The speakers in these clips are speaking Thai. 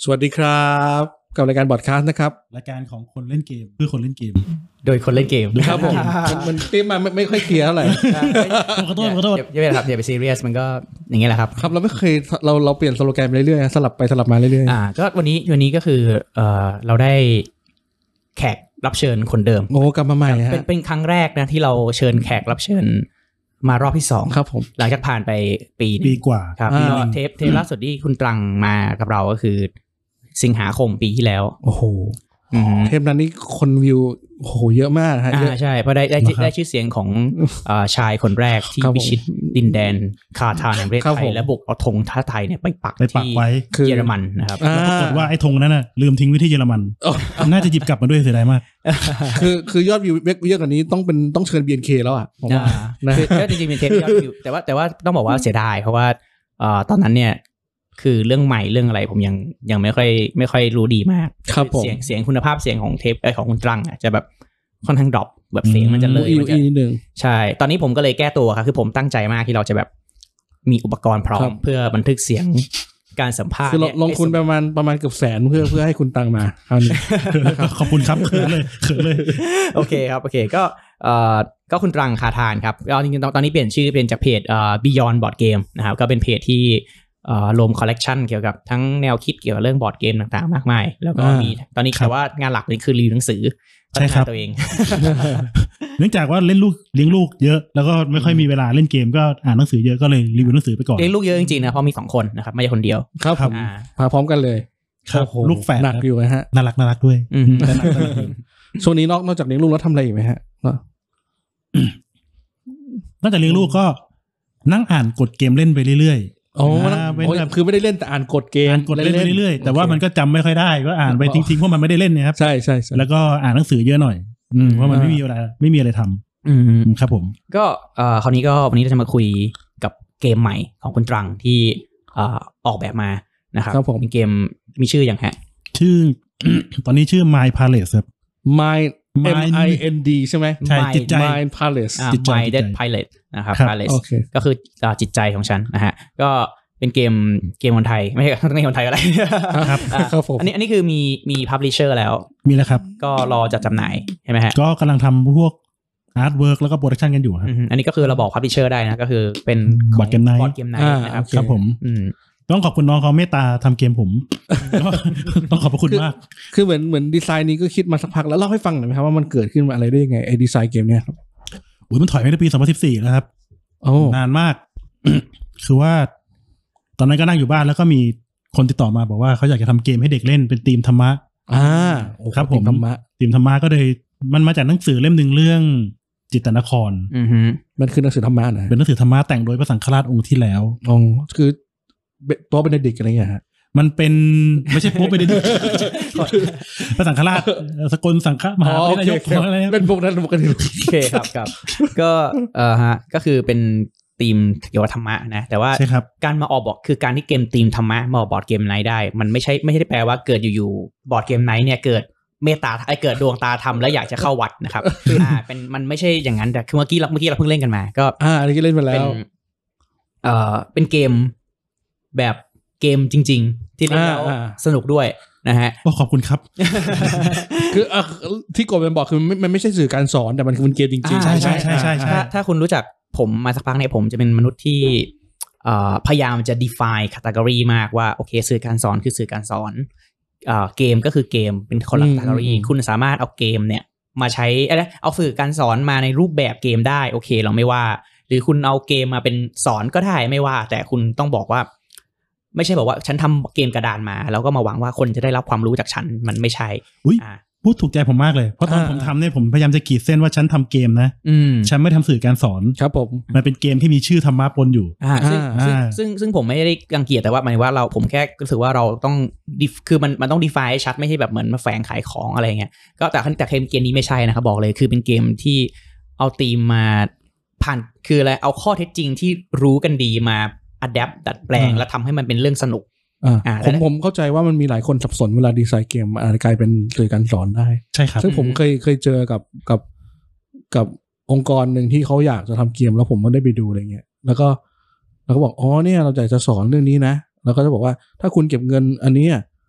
สวัสดีครับกับรายการบอดคาสต์นะครับรายการของคนเล่นเกมเพื่อคนเล่นเกมโดยคนเล่นเกมครับผมมันตีมาไม่ค่อยเคลียร์เท่าไหร่ขอโทษอย่าไปซีเรียสมันก็อย่างเงี้ยแหละครับครับเราไม่เคยเราเปลี่ยนสโลแกนไปเรื่อยๆสลับไปสลับมาเรื่อยๆก็วันนี้ก็คือเราได้แขกรับเชิญคนเดิมโอ้กลับมาใหม่ฮะเป็นครั้งแรกนะที่เราเชิญแขกรับเชิญมารอบที่2 ครับผมหลังจากผ่านไปปีกว่าครับเทปล่าสุดที่คุณตรังมากับเราก็คือสิงหาคมปีที่แล้วโอ้โหเทปนั้นนี่คนวิวโอ้โหเยอะมากฮะใช่เพราะได้ชื่อเสียงของชายคนแรกที่พิชิตดินแดนคาทาในประเทศไทยและบุกเอาธงชาติไทยเนี่ยไปปักที่เยอรมันนะครับแล้วปรากฏว่าไอ้ธงนั้นน่ะลืมทิ้งไว้ที่เยอรมันน่าจะหยิบกลับมาด้วยเสียดายมากคือยอดวิวเยอะกว่านี้ต้องเชิญ BNK แล้วอ่ะผมว่าจริงๆเป็นเทปยอดวิวแต่ว่าต้องบอกว่าเสียดายเพราะว่าตอนนั้นเนี่ยคือเรื่องใหม่เรื่องอะไรผมยังไม่ค่อยรู้ดีมากเสียงคุณภาพเสียงของเทปของคุณตรังอ่ะจะแบบค่อนข้างดรอปแบบเสียงมันจะเลยนิดนึงใช่ตอนนี้ผมก็เลยแก้ตัวครับคือผมตั้งใจมากที่เราจะแบบมีอุปกรณ์พร้อมเพื่อบันทึกเสียงการสัมภาษณ์คือลงทุนประมาณเกือบแสนเพื่อให้คุณตังมาคราวนี้ขอบคุณครับเขินเลยโอเคครับโอเคก็คุณตรังคาทานครับจริงๆตอนนี้เปลี่ยนชื่อเป็นจากเพจBeyond Board Game นะครับก็เป็นเพจที่รวมคอลเลกชันเกี่ยวกับทั้งแนวคิดเกี่ยวกับเรื่องบอร์ดเกมต่างๆมากมายแล้วก็มีตอนนี้แต่ว่างานหลักนี่คือรีวิวหนังสือใช่ครับตัวเองเนื่องจากว่าเลี้ยงลูกเยอะแล้วก็ไม่ค่อยมีเวลาเล่นเกมก็อ่านหนังสือเยอะก็เลยรีวิวหนังสือไปก่อนเลี้ยงลูกเยอะจริงๆนะเพราะมี2คนนะครับไม่ใช่คนเดียวครับผมพาพร้อมกันเลยครับลูกแฝดหนักอยู่ฮะน่ารักด้วยช่วงนี้นอกจากเลี้ยงลูกแล้วทำอะไรอีกไหมฮะนอกจากเลี้ยงลูกก็นั่งอ่านกฎเกมเล่นไปเรื่อยอ๋อคือไม่ได้เล่นแต่อ่านกฎเกมกดเล่นไปเรื่อยๆแต่ว่ามันก็จำไม่ค่อยได้ก็อ่านไปทิ้งๆเพราะมันไม่ได้เล่นเนี่ยครับใช่ๆแล้วก็อ่านหนังสือเยอะหน่อยเพราะมันไม่มีอะไรทำครับผมก็คราวนี้ก็วันนี้เราจะมาคุยกับเกมใหม่ของคุณตรังที่ออกแบบมานะครับเป็นเกมมีชื่ออย่างฮะชื่อ ตอนนี้ชื่อ My Palace ครับ MIND ใช่ไหมใช่จิตใจ Mind Palace Minded Pilot นะครับ Palace ก็คือจิตใจของฉันนะฮะก็เป็นเกมคนไทยไม่ใช่คนไทยอะไรครับผมอันนี้คือมี publisher แล้วมีแล้วครับก็รอจัดจำหน่ายใช่ไหมฮะก็กำลังทำพวก artwork แล้วก็ production กันอยู่ครับอันนี้ก็คือเราบอก publisher ได้นะก็คือเป็น Board Game Night นะครับครับผมต้องขอบคุณน้องเขาเมตตาทำเกมผมต้องขอบพระคุณมากคือเหมือนดีไซน์นี้ก็คิดมาสักพักแล้วเล่าให้ฟังหน่อยไหมครับว่ามันเกิดขึ้นมาอะไรได้ยังไงไอ้ดีไซน์เกมเนี้ยครับมันถอยไปในปี2014แล้วครับนานมากคือว่าตอนนั้นก็นั่งอยู่บ้านแล้วก็มีคนติดต่อมาบอกว่าเขาอยากจะทำเกมให้เด็กเล่นเป็นธีมธรรมะครับผมธีมธรรมะก็เลยมันมาจากหนังสือเล่มนึงเรื่องจิตรนครมันคือหนังสือธรรมะนะเป็นหนังสือธรรมะแต่งโดยพระสังฆราชองค์ที่แล้วคือโป๊ะเบเนดิกต์อะไรเงี้ยฮะมันเป็นไม่ใช่โป๊ะเบเนดิกต์พระสังฆราชสกลสังฆมหาวิทยาลัยอะไรเป็นพวกนั้นปกติโอเคครับก็ฮะก็คือเป็นธีมเกี่ยวกับธรรมะนะแต่ว่าการมาออกบอร์ดคือการที่เกมธีมธรรมะมาออกบอร์ดเกมไนท์ได้มันไม่ใช่แปลว่าเกิดอยู่ๆบอร์ดเกมไนท์เนี่ยเกิดเมตตาเกิดดวงตาธรรมแล้วอยากจะเข้าวัดนะครับเป็นมันไม่ใช่อย่างนั้นแต่คือเมื่อกี้เราเพิ่งเล่นกันมาก็อันนี้เล่นมาแล้วเป็นเกมแบบเกมจริงๆที่เล่นแล้วสนุกด้วยนะฮะขอบคุณครับคือที่โกเป็นบอกคือมันไม่ใช่สื่อการสอนแต่มันคือเกมจริงๆใช่ถ้าคุณรู้จักผมมาสักพักเนี่ยผมจะเป็นมนุษย์ที่พยายามจะ define category มากว่าโอเคสื่อการสอนคือสื่อการสอนเกมก็คือเกมเป็นคนละ category คุณสามารถเอาเกมเนี่ยมาใช้เอาสื่อการสอนมาในรูปแบบเกมได้โอเคเราไม่ว่าหรือคุณเอาเกมมาเป็นสอนก็ได้ไม่ว่าแต่คุณต้องบอกว่าไม่ใช่บอกว่าฉันทำเกมกระดานมาแล้วก็มาหวังว่าคนจะได้รับความรู้จากฉันมันไม่ใช่พูดถูกใจผมมากเลยเพราะตอนผมทำเนี่ยผมพยายามจะขีดเส้นว่าฉันทำเกมนะฉันไม่ทำสื่อการสอนครับผมมันเป็นเกมที่มีชื่อธรรมะปนอยู่ซึ่งผมไม่ได้รังเกียจแต่ว่าหมายว่าผมแค่รู้สึกว่าเราต้องคือมันต้อง define ให้ชัดไม่ใช่แบบเหมือนมาแฝงขายของอะไรเงี้ยก็แต่เกมนี้ไม่ใช่นะครับบอกเลยคือเป็นเกมที่เอาธีมมาผ่านคืออะไรเอาข้อเท็จจริงที่รู้กันดีมาadapt ดัดแปลงแล้วทำให้มันเป็นเรื่องสนุกผมเข้าใจว่ามันมีหลายคนสับสนเวลาดีไซน์เกมกลายเป็นสื่อการสอนได้ใช่ครับซึ่งผมเคยเจอกับองค์กรหนึ่งที่เขาอยากจะทำเกมแล้วผมก็ได้ไปดูอะไรเงี้ยแล้วก็บอกอ๋อเนี่ยเราจะสอนเรื่องนี้นะแล้วก็จะบอกว่าถ้าคุณเก็บเงินอันนี้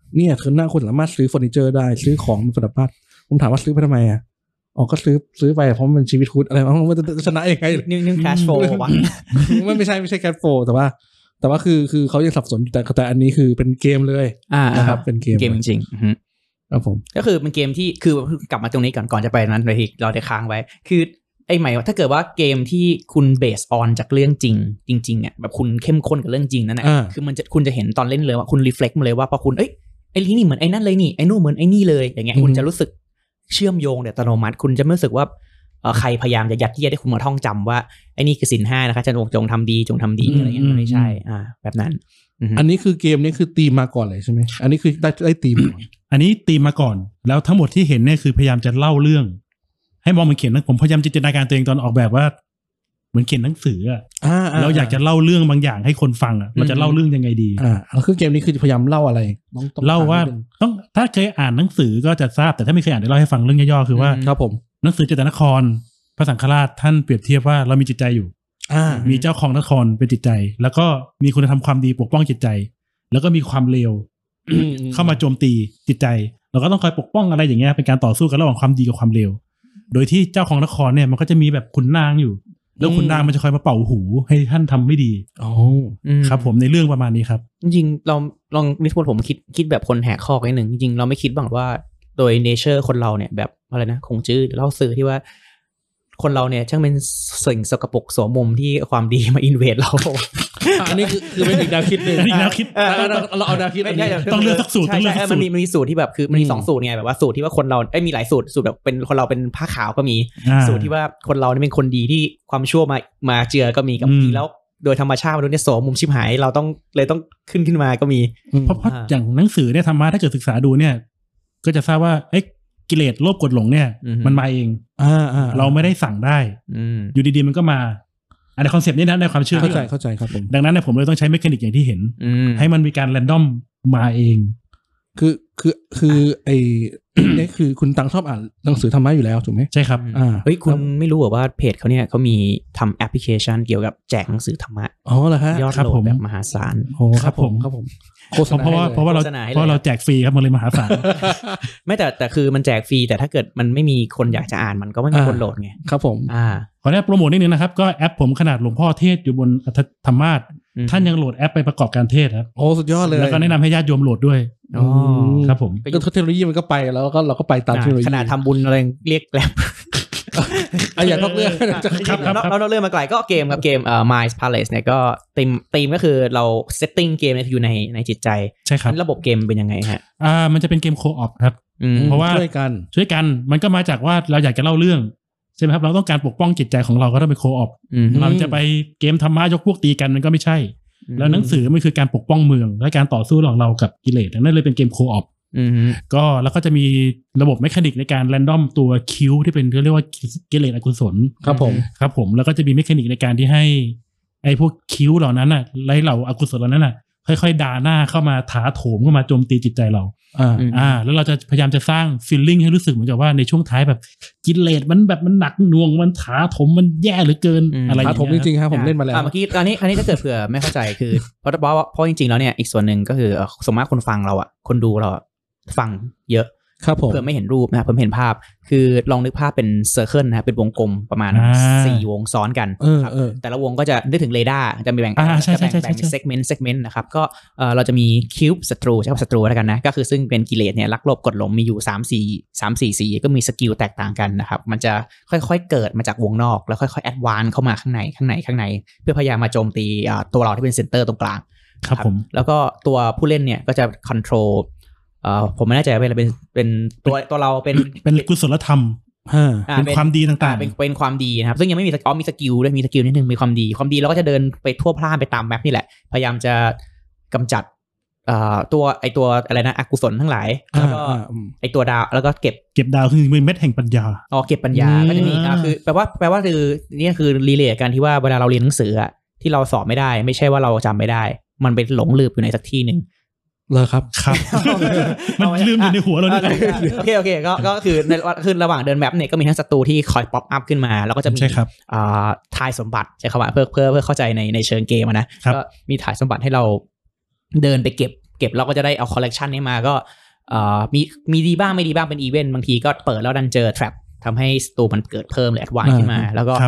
เนี่ยคือหน้าคนสามารถซื้อเฟอร์นิเจอร์ได้ซื้อของมาประดับบ้านผมถามว่าซื้อไปทำไมก็ซื้อไปเพราะมันชีวิตคุณอะไรมันจะชนะยังไงนึ่งแคชโฟลวะไม่ใช่แคชโฟลแต่ว่าคือเขายังสับสนอยู่แต่อันนี้คือเป็นเกมเลยนะครับเป็นเกมจริงๆครับผมก็คือเป็นเกมที่คือกลับมาตรงนี้ก่อนจะไปนั้นเลยที่เราได้ค้างไว้คือไอ้หมายว่าถ้าเกิดว่าเกมที่คุณเบสออนจากเรื่องจริงอ่ะแบบคุณเข้มข้นกับเรื่องจริงนั่นแหละคือคุณจะเห็นตอนเล่นเลยว่าคุณรีเฟล็กมาเลยว่าพอคุณไอ้นี่เหมือนไอ้นั่นเลยนี่ไอ้นู่นเหมือนไอ้นี่เลยอย่างเงี้ยคุณจะรู้สึกเชื่อมโยงอัตโนมัติคุณจะไม่รู้สึกว่าใครพยายามจะยัดเยียดให้คุณมาท่องจำว่าไอ้นี่คือศีล 5นะคะจงทำดีอะไรเงี้ยไม่ใช่แบบนั้นอันนี้คือเกมนี้คือตีมมาก่อนเลยใช่ไหมอันนี้คือได้ตีมก่อนอันนี้ตีมมาก่อนแล้วทั้งหมดที่เห็นเนี่ยคือพยายามจะเล่าเรื่องให้มองเหมือนเขียนผมพยายามจินตนาการตัวเองตอนออกแบบว่าเหมือนเขียนหนังสือเราอยากจะเล่าเรื่องบางอย่างให้คนฟังเราจะเล่าเรื่องยังไงดีแล้วคือเกมนี้คือพยายามเล่าอะไรเล่าว่าต้องถ้าเคยอ่านหนังสือก็จะทราบแต่ถ้าไม่เคยอ่านเดี๋ยวเล่าให้ฟังเรื่องย่อๆคือว่าครับผมหนังสือเจตนครพระสังฆราชท่านเปรียบเทียบว่าเรามีจิตใจอยู่มีเจ้าของนครเป็นจิตใจแล้วก็มีคุณธรรมความดีปกป้องจิตใจแล้วก็มีความเลวเข้ามาโจมตีจิตใจเราก็ต้องคอยปกป้องอะไรอย่างเงี้ยเป็นการต่อสู้กันระหว่างความดีกับความเลวโดยที่เจ้าของนครเนี่ยมันก็จะมีแบบขุนนางอยู่แล้วขุนนางมันจะคอยมาเป่าหูให้ท่านทำไม่ดีครับผมในเรื่องประมาณนี้ครับจริงๆเราลองนิสพลผมคิดแบบคนแหกข้อนิดหนึ่งจริงๆเราไม่คิดบ้างว่าโดยเนเจอร์คนเราเนี่ยแบบอะไรนะคงจื้อเล่าสื่อที่ว่าคนเราเนี่ยช่างเป็นสิ่งสกปรกโสมมที่ความดีมาอินเวดเราอันนี้คือเป็นอีกแนวคิดนึงอีกแนวคิดเราเอาแนวคิดต้องเลือกสักสูตรมันมีสูตรที่แบบคือมันมี2สูตรไงแบบว่าสูตรที่ว่าคนเรามีหลายสูตรแบบเป็นคนเราเป็นผ้าขาวก็มีสูตรที่ว่าคนเราเนี่ยเป็นคนดีที่ความชั่วมาเจือก็มีกับทีแล้วโดยธรรมชาติมนุษย์เนี่ยโสมมุมชิบหายเราต้องขึ้นมาก็มีเพราะอย่างหนังสือเนี่ยธรรมะถ้าเกิดศึกษาดูเนี่ยก็จะทราบว่ากิเลสโลภโกรธหลงเนี่ยมันมาเองเราไม่ได้สั่งได้อยู่ดีๆมันก็มาอันในคอนเซปต์นี้นะในความเชื่อเข้าใจครับผมดังนั้นเนี่ยผมเลยต้องใช้เมคานิกอย่างที่เห็นให้มันมีการแรนดอมมาเองคือไอ้นี่คือคุณตังชอบอ่านหนังสือธรรมะอยู่แล้วถูกไหมใช่ครับคุณไม่รู้ว่าเพจเขาเนี่ยเขามีทำแอปพลิเคชันเกี่ยวกับแจกหนังสือธรรมะเหรอฮะยอดโหลดแบบมหาศาลครับผมเพราะว่าเราแจกฟรีครับมันเลยมหาศาลไม่แต่คือมันแจกฟรีแต่ถ้าเกิดมันไม่มีคนอยากจะอ่านมันก็ไม่มีคนโหลดไงครับผมขออนุญาตโปรโมทนิดนึงนะครับก็แอปผมขนาดหลวงพ่อเทศอยู่บนธรรมาสท่านยังโหลดแอปไปประกอบการเทศครับโอ้สุดยอดเลยแล้วก็แนะนำให้ญาติโยมโหลดด้วยครับผมก็เทคโนโลยีมันก็ไปแล้วก็เราก็ไปตามเทคโนโลยีขนาดทำบุญอะไรเรียกแกร็บอย่าทอกเรื่องเราเรื่องมาไกลก็เกมครับเกมMiles Palace เนี่ยก็ธีมก็คือเราเซตติ้งเกมอยู่ในจิตใจใช่ครับระบบเกมเป็นยังไงฮะมันจะเป็นเกมโคออปครับเพราะว่าช่วยกันมันก็มาจากว่าเราอยากจะเล่าเรื่องใช่ไหมครับเราต้องการปกป้องจิตใจของเราก็ต้องเป็นโคออปเราจะไปเกมธรรมะยกพวกตีกันมันก็ไม่ใช่แล้วหนังสือมันคือการปกป้องเมืองและการต่อสู้ระหว่างเรากับกิเลสนั่นเลยเป็นเกมโคออปก็แล้วก็จะมีระบบเมคานิกในการแรนดอมตัวคิวที่เป็นเรียกว่ากิเลสอกุศลครับผมแล้วก็จะมีเมคานิกในการที่ให้ไอ้พวกคิวเหล่านั้นน่ะไล่เหล่าอกุศลเหล่านั้นน่ะค่อยๆด่าหน้าเข้ามาถาโถมเข้ามาโจมตีจิตใจเราแล้วเราจะพยายามจะสร้างฟีลลิ่งให้รู้สึกเหมือนกับว่าในช่วงท้ายแบบกิเลสมันแบบมันหนักหน่วงมันถาโถมมันแย่เหลือเกินอะไรถาโถมจริงๆครับผมเล่นมาแล้วเมื่อกี้อันนี้ถ้าเกิดเผื่อไม่เข้าใจคือเพราะจริงๆแล้วเนี่ยอีกส่วนหนึ่งก็คือสมมติคนฟังเราอ่ะคนดูเราฟังเยอะครับผมเพื่อไม่เห็นรูปนะครับผมเห็นภาพคือลองนึกภาพเป็นเซอร์เคิลนะครับเป็นวงกลมประมาณ4วงซ้อนกันครับแต่ละวงก็จะนึกถึงเรดาร์จะมีแบ่งเป็นเซกเมนต์นะครับก็เราจะมีคิวบ์ศัตรูใช่ป่ะศัตรูแล้วกันนะก็คือซึ่งเป็นกิเลสเนี่ยลักลอบกดหลงมีอยู่3-4 สีก็มีสกิลแตกต่างกันนะครับมันจะค่อยๆเกิดมาจากวงนอกแล้วค่อยๆแอดวานซ์เข้ามาข้างในเพื่อพยายามมาโจมตีตัวเราที่เป็นเซนเตอร์ตรงกลางครับผมแล้วก็ตัวผู้เล่นเนี่ยก็จะคอนโทรลผมไม่แน่ใจว่าเป็นตัวเราเป็นกุศลธรรมเป็นความดีต่างๆเป็นความดีนะครับซึ่งยังไม่มีมีสกิลด้วยมีสกิลนิดนึงมีความดีเราก็จะเดินไปทั่วพล่านไปตามแมปนี่แหละพยายามจะกำจัดตัวอะไรนะอกุศลทั้งหลายแล้วก็ไอตัวดาวแล้วก็เก็บดาวคือเป็นเม็ดแห่งปัญญาเก็บปัญญาก็จะมีคือแปลว่าคือนี่คือรีเลทกันที่ว่าเวลาเราเรียนหนังสืออะที่เราสอบไม่ได้ไม่ใช่ว่าเราจำไม่ได้มันไปหลงลืมอยู่ในสักที่นึงเลยครับมันลืมอยู่ในหัวเราเนี่ยโอเคก็คือระหว่างเดินแมปเนี่ยก็มีทั้งศัตรูที่คอยป๊อปอัพขึ้นมาแล้วก็จะมีทายสมบัติใช่ครับเพื่อเข้าใจในเชิงเกมนะก็มีถ่ายสมบัติให้เราเดินไปเก็บเก็บเราก็จะได้เอาคอลเลกชันนี้มาก็มีดีบ้างไม่ดีบ้างเป็นอีเวนต์บางทีก็เปิดแล้วดันเจอ trap ทำให้สตูมันเกิดเพิ่มเลยแอดวานซ์ขึ้นมาแล้วก็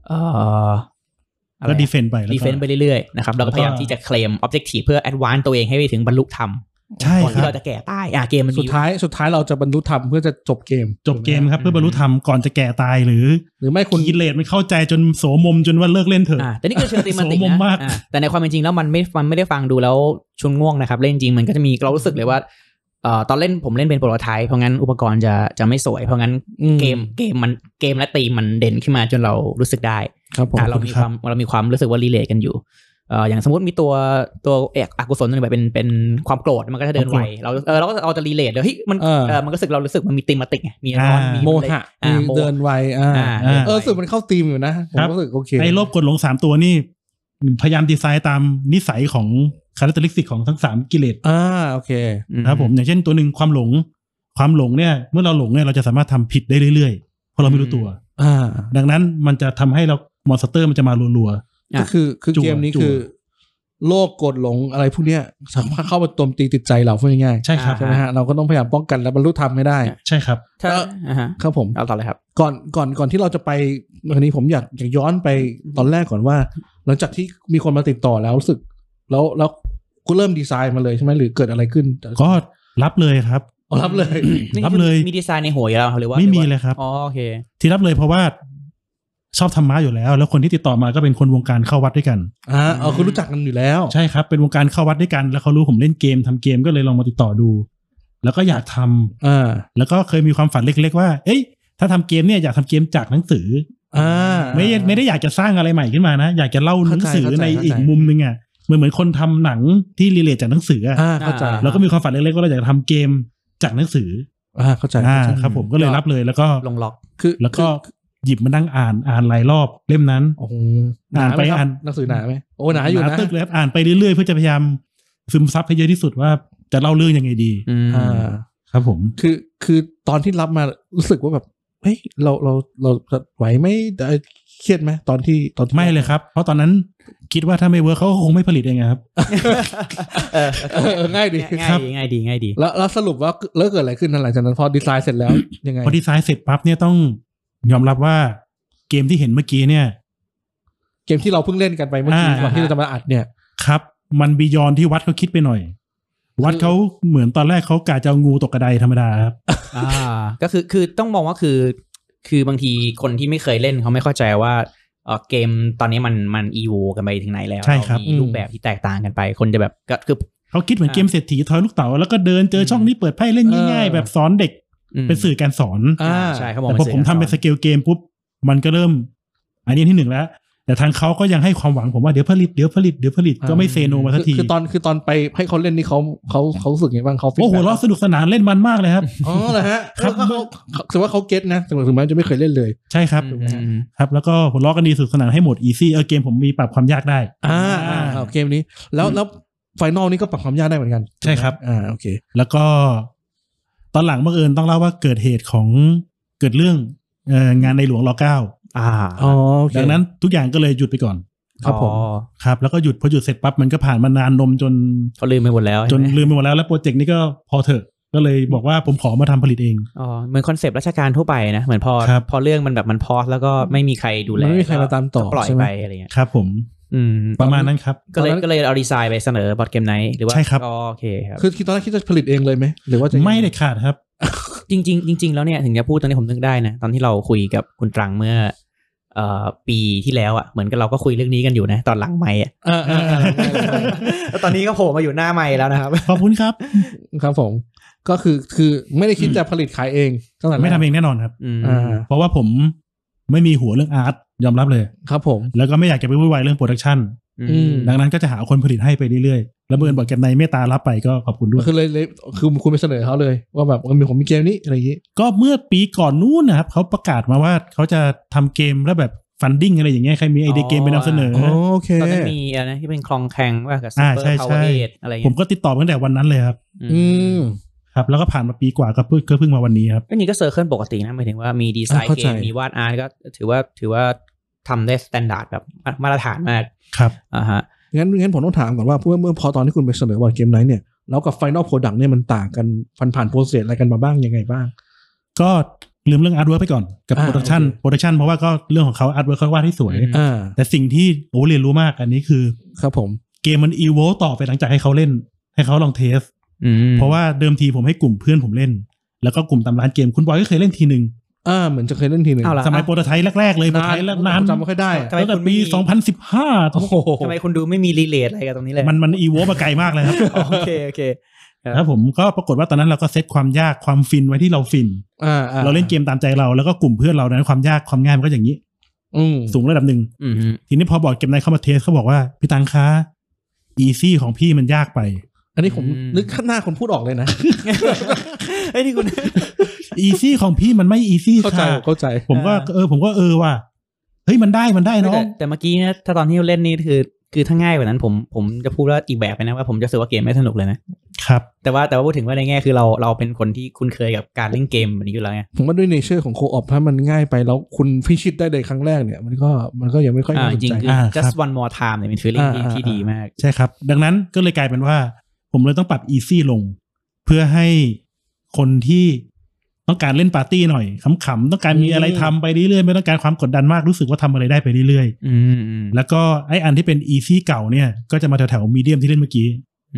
แล้วดีเฟนต์ไปเรื่อยๆนะครับเราก็พยายามที่จะเคลม objective เพื่อ advance ตัวเองให้ไปถึงบรรลุธรรมใช่ก่อนที่เราจะแก่ตายเกมมันสุดท้ายเราจะบรรลุธรรมเพื่อจะจบเกมครับเพื่อบรรลุธรรมก่อนจะแก่ตายหรือไม่คุณกิเลสมันเข้าใจจนโสมมจนว่าเลิกเล่นเถอะแต่นี่คือเชิงธีมติกนะแต่ในความเป็นจริงแล้วมันไม่ได้ฟังดูแล้วชวนง่วงนะครับเล่นจริงมันก็จะมีเรารู้สึกเลยว่าตอนเล่นผมเล่นเป็นโปรโตไทป์เพราะงั้นอุปกรณ์จะไม่สวยเพราะงั้นเกมและธีมมันเด่นขึ้นมาจนเรารู้สึกได้เรามีความรู้สึกว่ารีเลทกันอยู่อย่างสมมติมีตัวอกุศลตัวนึงแบบเป็นความโกรธมันก็จะเดินไวเราก็เอาจะรีเลทเดี๋ยวเฮ้ยมันก็รู้สึกเรารู้สึกมันมีธีมติกไงมีร้อนมีโมหะเดินไวรู้สึกมันเข้าธีมอยู่นะผมรู้สึกโอเคไอ้โลภกดหลง3ตัวนี่พยายามดีไซน์ตามนิสัยของคาแรคเตอริสติกของทั้ง3กิเลสโอเคครับผมอย่างเช่นตัวหนึ่งความหลงเนี่ยเมื่อเราหลงเนี่ยเราจะสามารถทำผิดได้เรื่อยๆเพราะเราไม่รู้ตัวดังนั้นมันจะทำให้เรามอนสเตอร์มันจะมารัวๆก็คือเกมนี้คือโลภกดหลงอะไรพวกเนี้ยสามารถเข้ามาโจมตีติดใจเราพูดง่ายๆใช่ครับใช่ไหมฮะเราก็ต้องพยายามป้องกันและบรรลุธรรมให้ได้ใช่ครับครับผมเอาต่อเลยครับก่อนที่เราจะไปวันนี้ผมอยากย้อนไปตอนแรกก่อนว่าหลังจากที่มีคนมาติดต่อแล้วรู้สึกแล้วกูเริ่มดีไซน์มาเลยใช่ไหมหรือเกิดอะไรขึ้นก็รับเลยครับรับเลยมีดีไซน์ในหัวอยู่แล้วหรือว่าไม่มีเลยครับโอเคที่รับเลยเพราะว่าชอบธรรมะอยู่แล้วคนที่ติดต่อมาก็เป็นคนวงการเข้าวัดด้วยกันคุณรู้จักกันอยู่แล้วใช่ครับเป็นวงการเข้าวัดด้วยกันแล้วเขารู้ผมเล่นเกมทำเกมก็เลยลองมาติดต่อดูแล้วก็อยากทำแล้วก็เคยมีความฝันเล็กๆว่าเอ้ยถ้าทำเกมเนี่ยอยากทำเกมจากหนังสือไม่ได้อยากจะสร้างอะไรใหม่ขึ้นมานะอยากจะเล่าหนังสือในอีกมุมนึงเหมือนคนทำหนังที่รีเลทจากหนังสือเข้าใจแล้วก็มีความฝันเล็กๆว่าเราอยากทำเกมจากหนังสือเข้าใจครับผมก็เลยรับเลยแล้วก็ลงล็อกแล้วก็หยิบมานั่งอ่านหลายรอบเล่มนั้นอ่านไปหนังสือหนาไหมโอ้หนาอยู่นะตึกเลยอ่านไปเรื่อยๆเพื่อจะพยายามซึมซับให้เยอะที่สุดว่าจะเล่าเรื่องยังไงดีครับผมคือตอนที่รับมารู้สึกว่าแบบเฮ้ยเราไหวไหมเครียดไหมตอนที่ไม่เลยครับเพราะตอนนั้นคิดว่าถ้าไม่เวิร์คเขาคงไม่ผลิตเองครับง่ายดีง่ายดีแล้วสรุปว่าแล้วเกิดอะไรขึ้นหลังจากนั้นพอดีไซน์เสร็จแล้วยังไงพอดีไซน์เสร็จปั๊บเนี่ยต้องยอมรับว่าเกมที่เห็นเมื่อกี้เนี่ยเกมที่เราเพิ่งเล่นกันไปเมื่อกี้ก่อนที่เราจะมาอัดเนี่ยครับมันบียอนที่วัดเขาคิดไปหน่อยวัดเขาเหมือนตอนแรกเขากะจะเอางูตกกระไดธรรมดาครับก็คือต้องมองว่าคือบางทีคนที่ไม่เคยเล่นเขาไม่เข้าใจว่าเกมตอนนี้มันอีโวกันไปถึงไหนแล้วมีรูปแบบที่แตกต่างกันไปคนจะแบบก็คือเขาคิดเหมือนเกมเศรษฐีทอยลูกเต๋าแล้วก็เดินเจอช่องนี้เปิดไพ่เล่นง่ายๆแบบสอนเด็กเป็นสื่อการสอนใช่เขาบอกแต่พอผมทำเป็นสเกลเกมปุ๊บมันก็เริ่มอันนี้ที่1แล้วแต่ทางเขาก็ยังให้ความหวังผมว่าเดี๋ยวผลิตก็ไม่เซโนมาสักทีคือตอนไปให้เขาเล่นนี่เขารู้สึกไงบ้างเขาโอ้โหเราสนุกสนานเล่นมันมากเลยครับเหรอฮะครับถือว่าเขาเก็ตนะถึงแม้จะไม่เคยเล่นเลยใช่ครับครับแล้วก็หัวเราะกันดีสนุกสนานให้หมดอีซี่เกมผมมีปรับความยากได้เกมนี้แล้วไฟนอลนี่ก็ปรับความยากได้เหมือนกันใช่ครับโอเคแล้วก็ตอนหลังบังเอิญต้องเล่าว่าเกิดเหตุของเกิดเรื่องงานในหลวงร.9ดังนั้นทุกอย่างก็เลยหยุดไปก่อนครับผมครับแล้วก็หยุดพอหยุดเสร็จปั๊บมันก็ผ่านมานานนมจนเขาลืมไปหมดแล้วแล้วโปรเจกต์นี้ก็พอเถอะก็เลยบอกว่าผมขอมาทำผลิตเองเหมือนคอนเซปต์ราชการทั่วไปนะเหมือนพอเรื่องมันแบบมันพอสแล้วก็ไม่มีใครดูแลไม่มีใครมาตามต่อปล่อยไปอะไรเงี้ยครับผมประมาณนั้นครับก็เลยเอาดีไซน์ไปเสนอบอร์ดเกมไนท์หรือว่าใช่ครับโอเคครับคือตอนแรกคิดจะผลิตเองเลยไหมหรือว่าไม่ได้ขาดครับจริงแล้วเนี่ยถึงจะพูดตอนนี้ผมนึกได้นะตอนที่เราคุยกับคุณตรังเมื่อปีที่แล้วเหมือนกับเราก็คุยเรื่องนี้กันอยู่นะตอนหลังไมค์แล้วตอนนี้ก็โผล่มาอยู่หน้าไมค์แล้วนะครับขอบคุณครับครับผมก็คือไม่ได้คิดจะผลิตขายเองตั้งแต่ไม่ทำเองแน่นอนครับเพราะว่าผมไม่มีหัวเรื่องอาร์ตยอมรับเลยครับผมแล้วก็ไม่อยากจะไปวุ่นวายเรื่องโปรดักชั่นดังนั้นก็จะหาคนผลิตให้ไปเรื่อยๆแล้วเมื่อบอร์ดเกมในเมตตารับไปก็ขอบคุณด้วยคือคุณไปเสนอเขาเลยว่าแบบผมมีเกมนี้อะไรอย่างนี้ก็เมื่อปีก่อนนู้นนะครับเขาประกาศมาว่าเขาจะทำเกมแล้วแบบฟันดิ้งอะไรอย่างเงี้ยใครมีไอเดียเกมไปนำเสนอโอเคตอนนั้นมีอะไรที่เป็นคลองแข่งว่ากับซูเปอร์พาวเวอร์เอทอะไรผมก็ติดต่อตั้งแต่วันนั้นเลยครับครับแล้วก็ผ่านมาปีกว่าก็เพิ่งมาวันนี้ครับอันนี้ก็เซอร์เคิลปกตินะหมายถึงว่ามีดีไซน์เกมมีวาดอาร์ตก็ถือว่าทำได้สแตนดาร์ดแบบมาตรฐานมากครับฮะงั้นผมต้องถามก่อนว่าเมื่อพอตอนที่คุณไปเสนอบอร์ดเกมไนท์เนี่ยแล้วกับ Final Product เนี่ยมันต่างกันผ่านโปรเซสอะไรกันมาบ้างยังไงบ้างก็ลืมเรื่องอาร์ตเวิร์กไปก่อนกับโปรดักชันเพราะว่าก็เรื่องของเขาอาร์ตเวิร์กเขาวาดที่สวยแต่สิ่งที่เรียนรู้มากอันนี้คือครับผมเกมมันอีโวต่อไปหลังจากให้เขาเล่นให้เขาลองเทสเพราะว่าเดิมทีผมให้กลุ่มเพื่อนผมเล่นแล้วก็กลุ่มตามร้านเกมคุณบอยก็เคยเล่นทีนึงเหมือนจะเคยเล่นทีนึงสมัยโปรโตไทป์แรกๆเลยโปรโตไทป์นานจำไม่ค่อยได้ตั้งแต่ปี2015 ทำไมคุณดูไม่มีรีเลทอะไรกันตรงนี้เลยมันอีโวมาไกลมากเลยครับโอเคแล้วผมก็ปรากฏว่าตอนนั้นเราก็เซตความยากความฟินไว้ที่เราฟินเราเล่นเกมตามใจเราแล้วก็กลุ่มเพื่อนเรานั้นความยากความง่ายมันก็อย่างนี้สูงระดับหนึ่งทีนี้พอบอร์ดเกมไนท์เข้ามาเทสเขาบอกว่าพี่ตังคะอีซี่ของพี่มันยากไปอันนี้ผมนึกข้างหน้าคนพูดออกเลยนะไอ้นี่คุณอีซี่ของพี่มันไม่อีซี่ค่ะเข้าใจผมก็ว่าเฮ้ยมันได้เนาะแต่เมื่อกี้นะถ้าตอนที่เราเล่นนี่คือถ้าง่ายกว่านั้นผมจะพูดว่าอีกแบบไปนะว่าผมจะรู้สึกว่าเกมไม่สนุกเลยนะครับแต่ว่าพูดถึงว่าในแง่คือเราเป็นคนที่คุ้นเคยกับการเล่นเกมแบบนี้อยู่แล้วไงผมว่าด้วยเนเจอร์ของโคออปถ้ามันง่ายไปแล้วคุณพิชิตได้ในครั้งแรกเนี่ยมันก็ยังไม่ค่อยน่าสนใจjust one more time เนี่ยเป็น feeling ที่ดีมากใช่ครับดังนั้นก็เลยกลายเป็นว่าผมเลยต้องปรับ easy ลงเพื่อให้คนที่ต้องการเล่นปาร์ตี้หน่อยขำๆต้องการมีอะไรทำไปเรื่อยๆไม่ต้องการความกดดันมากรู้สึกว่าทำอะไรได้ไปเรื่อยๆแล้วก็ไออันที่เป็น easy เก่าเนี่ยก็จะมาแถวๆ medium ที่เล่นเมื่อกี้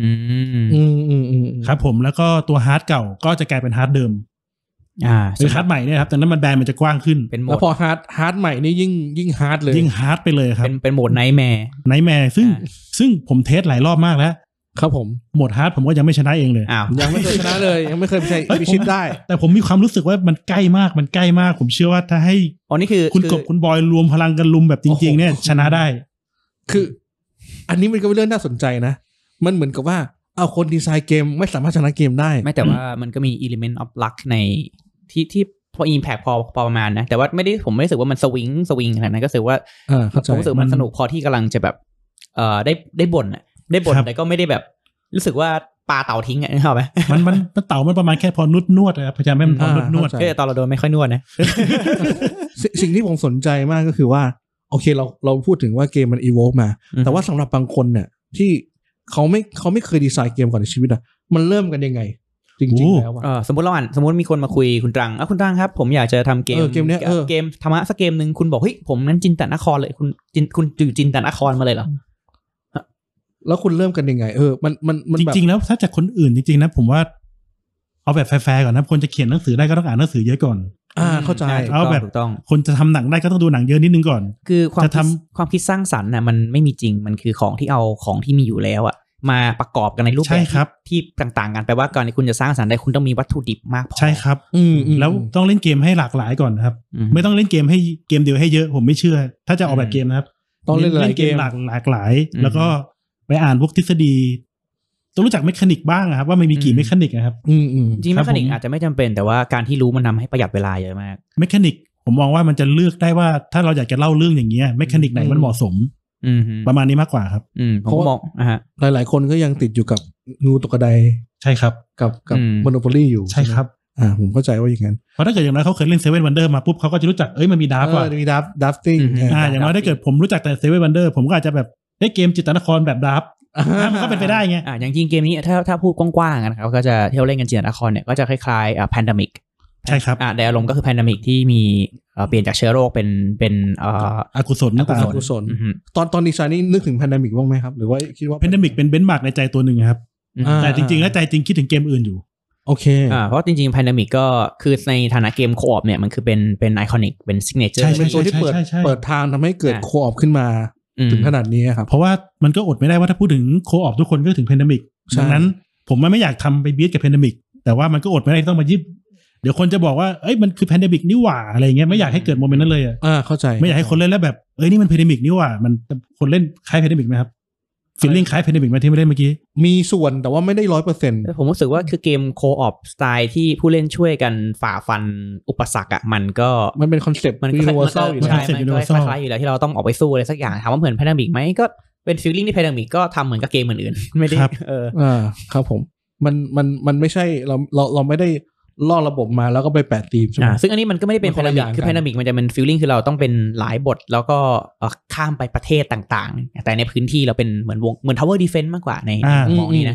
ครับผมแล้วก็ตัว hard เก่าก็จะกลายเป็น hard เดิมคือ hard ใหม่เนี่ยครับแต่นั้นมันแบนมันจะกว้างขึ้นแล้วพอ hard ใหม่นี่ยิ่ง hard เลยยิ่ง hard ไปเลยครับเป็นโหมด nightmare ซึ่งผมเทสหลายรอบมากแล้วครับผมโหมดฮาร์ดผมก็ยังไม่ชนะเองเลยยังไม่เคยชนะเลยยังไม่เคยพิชิตได้แต่ผมมีความรู้สึกว่ามันใกล้มากผมเชื่อว่าถ้าให้นี่คือคุณกบคุณบอยรวมพลังกันลุมแบบจริงๆเนี่ยชนะได้คืออันนี้มันก็เป็นเรื่องน่าสนใจนะมันเหมือนกับว่าเอาคนดีไซน์เกมไม่สามารถชนะเกมได้ไม่แต่ว่ามันก็มี element of luck ในที่พอ impact พอประมาณนะแต่ว่าผมไม่รู้สึกว่ามันสวิงขนาดนั้นก็รู้สึกว่าผมรู้สึกมันสนุกพอที่กำลังจะแบบได้บ่นแต่ก็ไม่ได้แบบรู้สึกว่าปลาเต่าทิ้งเข้าไหมมันเต่ามันประมาณแค่พอนวดนะครับพยายามให้มันพอนวดก็ตอนเราโดนไม่ค่อยนวดนะสิ่งที่ผมสนใจมากก็คือว่าโอเคเราพูดถึงว่าเกมมัน evolve มาแต่ว่าสำหรับบางคนเนี่ยที่เขาไม่เคยดีไซน์เกมก่อนในชีวิตมันเริ่มกันยังไงจริงๆแล้วสมมติมีคนมาคุยคุณตรังคุณตรังครับผมอยากจะทำเกมนี้เกมธรรมะสักเกมนึงคุณบอกเฮ้ยผมนั้นจินตนครเลยคุณจินตนครมาเลยเหรอแล้วคุณเริ่มกันยังไงมันจริงๆแล้วถ้าจากคนอื่นจริงๆนะผมว่าเอาแบบแฟร์ๆก่อนนะคนจะเขียนหนังสือได้ก็ต้องอ่านหนังสือเยอะก่อนเข้าใจเอาแบบคนจะทำหนังได้ก็ต้องดูหนังเยอะนิดนึงก่อนคือความคิดสร้างสรรค์น่ะมันไม่มีจริงมันคือของที่เอาของที่มีอยู่แล้วอ่ะมาประกอบกันในรูปแบบที่ต่างๆกันแปลว่าก่อนที่คุณจะสร้างสรรค์ได้คุณต้องมีวัตถุดิบมากพอใช่ครับแล้วต้องเล่นเกมให้หลากหลายก่อนครับไม่ต้องเล่นเกมให้เกมเดียวให้เยอะผมไม่เชื่อถ้าจะออกแบบเกมนะครับต้องเล่นเกมหลากหลายแล้วก็ไปอ่านพวกทฤษฎีต้องรู้จักเมคานิกบ้างครับว่ามันมีกี่เมคานิกนะครับจริงเมคานิกอาจจะไม่จำเป็นแต่ว่าการที่รู้มันทำให้ประหยัดเวลาเยอะมากเมคานิกผมมองว่ามันจะเลือกได้ว่าถ้าเราอยากจะเล่าเรื่องอย่างเงี้ยเมคานิกไหนมันเหมาะสมประมาณนี้มากกว่าครับผมมองหลายๆคนก็ยังติดอยู่กับงูตกกระไดใช่ครับกับโมโนโพลีอยู่ใช่ครับผมเข้าใจว่าอย่างนั้นเพราะถ้าเกิดอย่างน้อยเขาเคยเล่นเซเว่นวันเดอร์มาปุ๊บเขาก็จะรู้จักมันมีดราฟต์ว่ะมีดราฟติ้งอย่างน้อยถ้าเกิดผมรู้จักแต่เซเว่นวันเดอร์ผมก็อาจจะแบบได้เกมจิตนครแบบดราฟต์มันก็เป็นไปได้ไงอย่างจริงเกมนี้ถ้าพูดกว้างๆนะครับก็จะที่เราเล่นกันจิตนครเนี่ยก็จะคล้ายๆPandemic ใช่ครับในอารมณ์ก็คือ Pandemic ที่มีเปลี่ยนจากเชื้อโรคเป็นอกุศลตอนดีไซน์นี้นึกถึง Pandemic บ้างไหมครับหรือว่าคิดว่า Pandemic เป็นเบนช์มาร์กในใจตัวหนึ่งครับแต่จริงๆแล้วใจจริงคิดถึงเกมอื่นอยู่โอเคเพราะจริงๆ Pandemic ก็คือในฐานะเกมโคออปเนี่ยมันคือเป็นไอคอนิกเป็นซิกเนเจอร์เป็นตัวที่เปิดทางทำให้เกิดโคออปขึ้นมาถึงขนาดนี้ครับเพราะว่ามันก็อดไม่ได้ว่าถ้าพูดถึงโคออปทุกคนก็ถึง Pandemic ดังนั้นผมไม่อยากทำไปบีทกับ Pandemic แต่ว่ามันก็อดไม่ได้ต้องมายิบเดี๋ยวคนจะบอกว่ามันคือ Pandemic นี่หว่าอะไรเงี้ยไม่อยากให้เกิดโมเมนต์นั้นเลยเข้าใจไม่อยากให้คนเล่นแล้วแบบนี่มัน Pandemic นี่หว่ามันคนเล่นคล้าย Pandemic มั้ยครับฟีลลิ่งคล้าย Pandemic มั้ยที่ไม่ได้เมื่อกี้มีส่วนแต่ว่าไม่ได้ 100% ผมรู้สึกว่าคือเกมโคออปสไตล์ที่ผู้เล่นช่วยกันฝ่าฟันอุปสรรคมันเป็นคอนเซ็ปต์ยูนิเวอร์แซลอยู่แล้วมันคล้ายๆอยู่แล้วที่เราต้องออกไปสู้อะไรสักอย่างถามว่าเหมือน Pandemic มั้ยก็เป็นฟีลลิ่งที่ Pandemic ก็ทำเหมือนกับเกมอื่นๆไม่ได้ครับผมมันไม่ใช่เราไม่ได้ล่อระบบมาแล้วก็ไปแปะธีมใช่ไหมซึ่งอันนี้มันก็ไม่ได้เป็น Pandemic คือ Pandemic มันจะเป็นฟีลลิ่งคือเราต้องเป็นหลายบทแล้วก็ข้ามไปประเทศต่างๆแต่ในพื้นที่เราเป็นเหมือนTower Defense มากกว่าในมองนี้นะ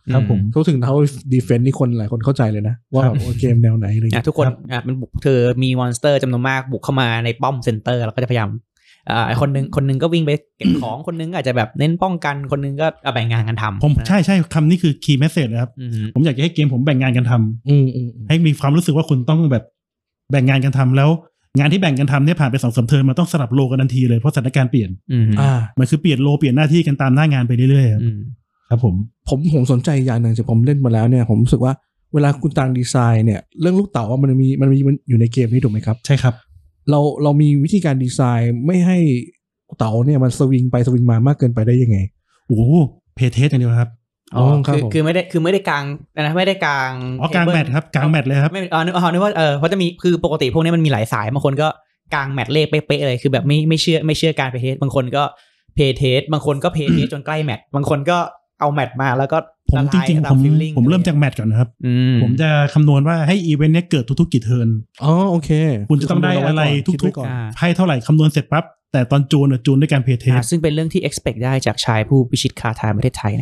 ครับผมพูดถึงTower Defense นี่คนหลายคนเข้าใจเลยนะว่าเกมแนวไหนอะไรอย่างเงี้ยทุกคนมันบุกเธอมีมอนสเตอร์จำนวนมากบุกเข้ามาในป้อมเซ็นเตอร์แล้วก็จะพยายามคนนึงก็วิ่งไปเก็บของคนนึงอาจจะแบบเน้นป้องกันคนนึงก็แบ่งงานกันทำผมใช่คำนี้คือ key message นะครับผมอยากจะให้เกมผมแบ่งงานกันทำให้มีความรู้สึกว่าคุณต้องแบบแบ่งงานกันทำแล้วงานที่แบ่งกันทำเนี่ยผ่านไป2-3 เทิร์นมันต้องสลับโลกันทันทีเลยเพราะสถานการณ์เปลี่ยนมันคือเปลี่ยนโลเปลี่ยนหน้าที่กันตามหน้างานไปเรื่อยๆครับผมสนใจอย่างหนึ่งที่ผมเล่นมาแล้วเนี่ยผมรู้สึกว่าเวลาคุณต่างดีไซน์เนี่ยเรื่องลูกเต๋าว่ามันมีอยู่ในเกมนี้ถูกไหมครับใช่ครับเรามีวิธีการดีไซน์ไม่ให้เต๋าเนี่ยมันสวิงไปสวิงมามากเกินไปได้ยังไงโอ้เพย์เทสอย่างเดียวครับคือไม่ได้กลางนะไม่ได้กลางกลางแมทครับกลางแมทเลยครับไม่นึกว่าเพราะจะมีคือปกติพวกนี้มันมีหลายสายบางคนก็กลางแมทเลขเป๊ะๆเลยคือแบบไม่เชื่อการเพย์เทสบางคนก็เพย์เทสบางคนก็เพย์เทสจนใกล้แมทบางคนก็เอาแมทมาแล้วก็ผมจริงๆผมเริ่มจากแมทก่อนนะครับผมจะคำนวณว่าให้อีเวนต์นี้เกิดทุกๆกี่เทิร์นโอเคคุณจะต้องได้อะไรทุกๆให้เท่าไหร่คำนวณเสร็จปั๊บแต่ตอนจูนด้วยการเพย์เทสซึ่งเป็นเรื่องที่ expect ได้จากชายผู้พิชิตคาถาประเทศไทย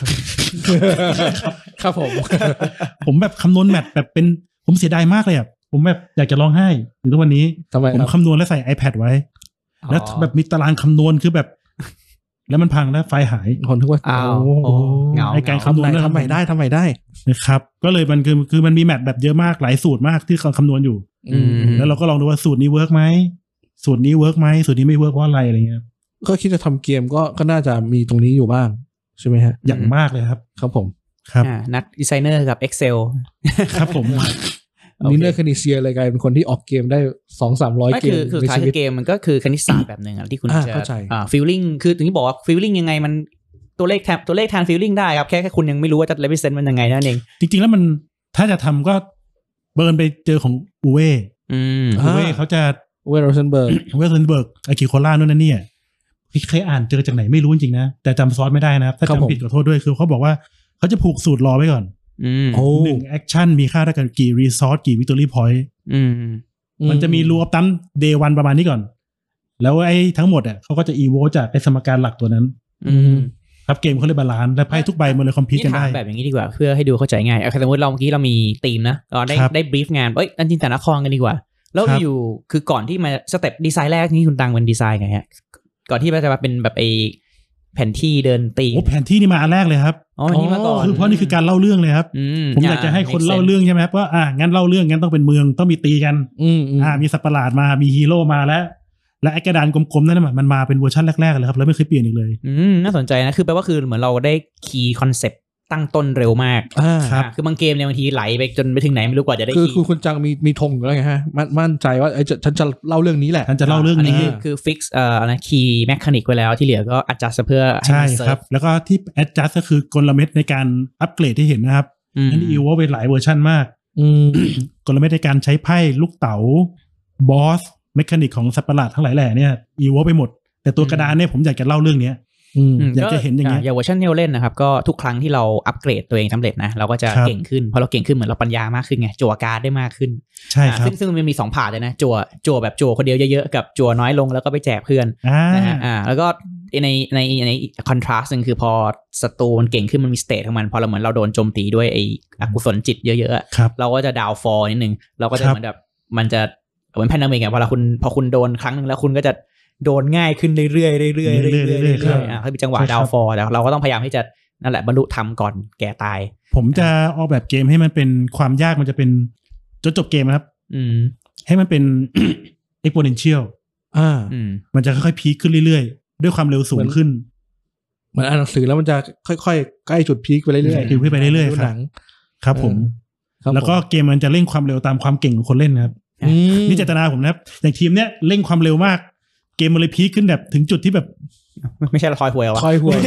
นะครับผมแบบคำนวณแมทแบบเป็นผมเสียดายมากเลยอ่ะผมแบบอยากจะร้องไห้ถึงทุกวันนี้ผมคำนวณแล้วใส่ iPad ไว้แล้วแบบมีตารางคำนวณคือแบบแล้วมันพังแล้วไฟหายคนทุกว่าไอ้การคำนวณทำใหม่ได้นะครับก็เลยมันคือมันมีแมทแบบเยอะมากหลายสูตรมากที่คำนวณอยู่แล้วเราก็ลองดูว่าสูตรนี้เวิร์กไหมสูตรนี้เวิร์กไหมสูตรนี้ไม่เวิร์กเพราะอะไรเงี้ยก็คิดจะทำเกมก็น่าจะมีตรงนี้อยู่บ้างใช่ไหมฮะอย่างมากเลยครับผมครับนักดีไซเนอร์กับ Excel ครับผมนี่เนอร์คณิตเซียเลยกลายเป็นคนที่ออกเกมได้ 200-300 เกมคือท้ายเกมมันก็คือคณิตศาสตร์แบบนึงที่คุณจะฟีลลิ่งคือถึงที่บอกว่าฟีลลิ่งยังไงมันตัวเลขแทนฟีลลิ่งได้ครับแค่คุณยังไม่รู้ว่าจะ represent มันยังไงนั่นเองจริงๆแล้วมันถ้าจะทำก็เบิร์นไปเจอของอูเว่เขาจะเวลเซนเบิร์กอากิโคล่านู่นนั่นเนี่ยเคยอ่านเจอจากไหนไม่รู้จริงๆนะแต่จำซอสไม่ได้นะครับถ้าจำผิดขอโทษด้วยคือเขาบอกว่าเขาจะผูกสูตรรอไว้ก่อน1แอคชั่นมีค่าเท่ากันกี่รีซอสกี่วิกตอรี่พอยต์มันจะมีรูอัพตั้มเดย์วันประมาณนี้ก่อนแล้วไอ้ทั้งหมดอ่ะเขาก็จะอีโวจากไอ้สมการหลักตัวนั้นครับเกมเขาเลยบาลานซ์และไพ่ทุกใบมันเลยคอมพิวต์กันได้แบบอย่างนี้ดีกว่าเพื่อให้ดูเข้าใจง่ายสมมติเราเมื่อกี้เรามีธีมนะเราได้บรีฟงานอันจินตนาครกันดีกว่าแล้วอยู่คือก่อนที่มาสเต็ปดีไซน์แรกนี่คุณตังเป็นดีไซน์ไงฮะก่อนที่จะมาเป็นแบบไอ้แผนที่เดินตีแผนที่นี่มาอันแรกเลยครับนี่มาก่อนคือเพราะนี่คือการเล่าเรื่องเลยครับผมอยากจะให้คนเล่าเรื่องใช่ไหมครับว่างั้นเล่าเรื่องงั้นต้องเป็นเมืองต้องมีตีกันมีสัตว์ประหลาดมามีฮีโร่มาและไอ้กระดานกลมๆนั่นมันมาเป็นเวอร์ชันแรกๆเลยครับแล้วไม่เคยเปลี่ยนอีกเลยน่าสนใจนะคือแปลว่าคือเหมือนเราได้คีย์คอนเซ็ปต์ตั้งต้นเร็วมากครับคือบางเกมเนี่ยบางทีไหลไปจนไปถึงไหนไม่รู้กว่าจะได้คือคุณจังมีธงอยู่แล้วไงฮะมั่นใจว่าฉันจะเล่าเรื่องนี้แหละฉันจะเล่าเรื่องนี้คือฟิกซ์คีย์แมคานิกไว้แล้วที่เหลือก็อัดจัดเพื่อใช่ครับแล้วก็ที่แอดจัดก็คือกลเม็ดในการอัปเกรดที่เห็นนะครับนั่นอีโวไปหลายเวอร์ชันมากกลเม็ดในการใช้ไพ่ลูกเต๋าบอสเมคานิกของสัตว์ประหลาดทั้งหลายแหล่เนี่ยอีโวไปหมดแต่ตัวกระดานเนี่ยผมอยากจะเล่าเรื่องนี้อยากจะเห็นอย่างเงี้ยอย่างเวอร์ชันที่เราเล่นนะครับก็ทุกครั้งที่เราอัปเกรดตัวเองสำเร็จนะเราก็จะเก่งขึ้นพอเราเก่งขึ้นเหมือนเราปัญญามากขึ้นไงจั่วการ์ดได้มากขึ้นใช่ครับซึ่งมันมี2ผ่าเลยนะจั่วแบบจั่วคนเดียวเยอะๆกับจั่วน้อยลงแล้วก็ไปแจกเพื่อนนะฮะแล้วก็ในคอนทราสต์นึงคือพอศัตรูมันเก่งขึ้นมันมีสเตทของมันพอเราเหมือนเราโดนโจมตีด้วยไอ้อกุศลจิตเยอะๆเราก็จะดาวฟอลนิดนึงเราก็จะเหมือนแบบมันจะเหมือนแพนดามิกอ่ะพอคุณโดนครั้งนึงแล้วคุณก็จะโดนง่ายขึ้นเรื่อยๆถ้ามีจังหวะดาวฟอร์แล้วเราก็ต้องพยายามที่จะนั่นแหละบรรลุธรรมก่อนแก่ตายผมจะออกแบบเกมให้มันเป็นความยากมันจะเป็นจนจบเกมครับให้มันเป็น exponential มันจะค่อยๆพีคขึ้นเรื่อยๆด้วยความเร็วสูงขึ้นเหมือนอ่านหนังสือแล้วมันจะค่อยๆใกล้จุดพีคไปเรื่อยๆขึ้นไปเรื่อยๆครับผมแล้วก็เกมมันจะเร่งความเร็วตามความเก่งของคนเล่นครับนี่เจตนาผมนะครับอย่างทีมเนี้ยเร่งความเร็วมากเกมมันเลยพีคขึ้นแบบถึงจุดที่แบบไม่ใช่ละทอยหวยวะทอยหวย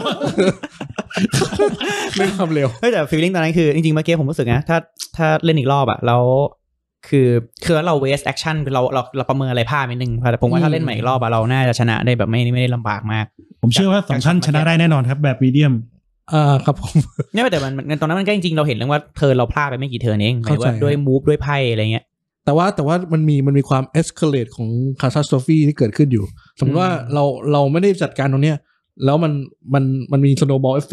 เล่นความเร็วแต่ฟีลลิ่งตอนนั้นคือจริงๆเมื่อกี้ผมรู้สึกนะถ้าเล่นอีกรอบอะแล้วคือเราเวสแอคชั่นเราประเมินอะไรพลาดนิดนึงแต่ผมว่าถ้าเล่นใหม่อีกรอบอะเราน่าจะชนะได้แบบไม่ได้ลำบากมากผมเชื่อว่า2 ท่านชนะได้แน่นอนครับแบบมีเดียมครับผมเนี่ยแต่มันตอนนั้นมันก็จริงๆเราเห็นเรื่องว่าเทิร์นเราพลาดไปไม่กี่เทิร์นเองหมายว่าด้วยมูฟด้วยไพ่อะไรเงี้ยแต่ว่ามันมีความ escalate ของ catastrophe ที่เกิดขึ้นอยู่สมมติว่าเราไม่ได้จัดการตรงเนี้ยแล้วมันมี snowball effect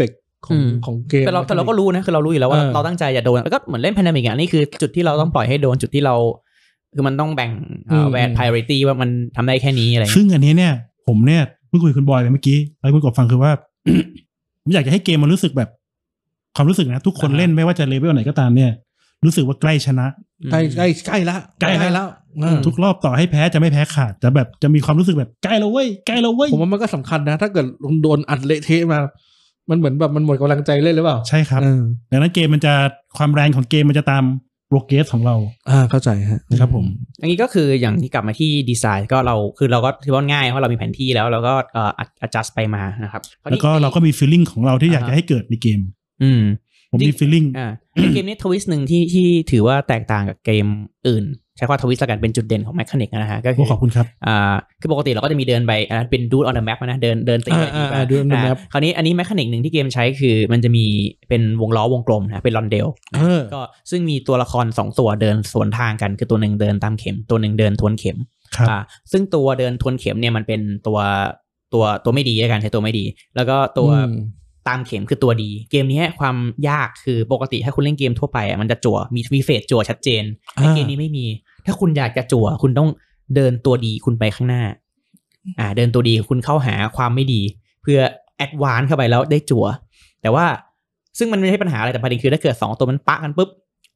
ของเกมแต่เราก็รู้นะคือเรารู้อยู่แล้วว่าเราตั้งใจจะโดนแล้วก็เหมือนเล่น Pandemic อ่ะนี่คือจุดที่เราต้องปล่อยให้โดนจุดที่เราคือมันต้องแบ่งแวน priority ว่ามันทำได้แค่นี้อะไรซึ่งอันนี้เนี่ยผมเนี่ยเพิ่งคุยคุณบอยไปเมื่อกี้แล้วคุณกบฟังคือว่า ผมอยากจะให้เกมมันรู้สึกแบบความรู้สึกนะทุกคนเล่นไม่ว่าจะเลเวลไหนก็ตามเนี่ยรู้สึกว่าใกล้ชนะใกล้แล้วทุกรอบต่อให้แพ้จะไม่แพ้ขาดแต่แบบจะมีความรู้สึกแบบใกล้แล้วเว้ยผมว่ามันก็สำคัญนะถ้าเกิดโดนอัดเละเทะมามันเหมือนแบบมันหมดกำลังใจเล่นหรือเปล่าใช่ครับดังนั้นเกมมันจะความแรงของเกมมันจะตามโปรเกรสของเราเข้าใจฮะนะครับผมอันนี้ก็คืออย่างที่กลับมาที่ดีไซน์ก็เราก็ถือว่าง่ายเพราะเรามีแผนที่แล้วเราก็adjust ไปมานะครับแล้วก็เราก็มี feeling ของเราที่อยากจะให้เกิดในเกมผมมี feeling ในเกมนี้ทวิสต์นึงที่ถือว่าแตกต่างกับเกมอื่นใช้ว่าทวิสต์ละกันเป็นจุดเด่นของแมคานิกนะฮะก็คือขอบคุณครับคือปกติเราก็จะมีเดินไปเป็นดูดออนเดอะแมปนะเดินตีไปดูออนเดอะแมปคราวนี้อันนี้แมคานิกนึงที่เกมใช้คือมันจะมีเป็นวงล้อวงกลมนะเป็นลอนเดลก็ซึ่งมีตัวละคร2ตัวเดินสวนทางกันคือตัวนึงเดินตามเข็มตัวนึงเดินทวนเข็มซึ่งตัวเดินทวนเข็มเนี่ยมันเป็นตัวไม่ดีด้วยกันใช้ตัวไม่ดีแล้วก็ตัวตามเข็มคือตัวดีเกมนี้ความยากคือปกติถ้าคุณเล่นเกมทั่วไปมันจะจั่วมีเฟสจั่วชัดเจนในเกมนี้ไม่มีถ้าคุณอยากจะจั่วคุณต้องเดินตัวดีคุณไปข้างหน้าเดินตัวดีคุณเข้าหาความไม่ดีเพื่อแอดวานซ์เข้าไปแล้วได้จั่วแต่ว่าซึ่งมันไม่ใช่ปัญหาอะไรแต่ประเด็นคือถ้าเกิด2ตัวมันปะกันปุ๊บ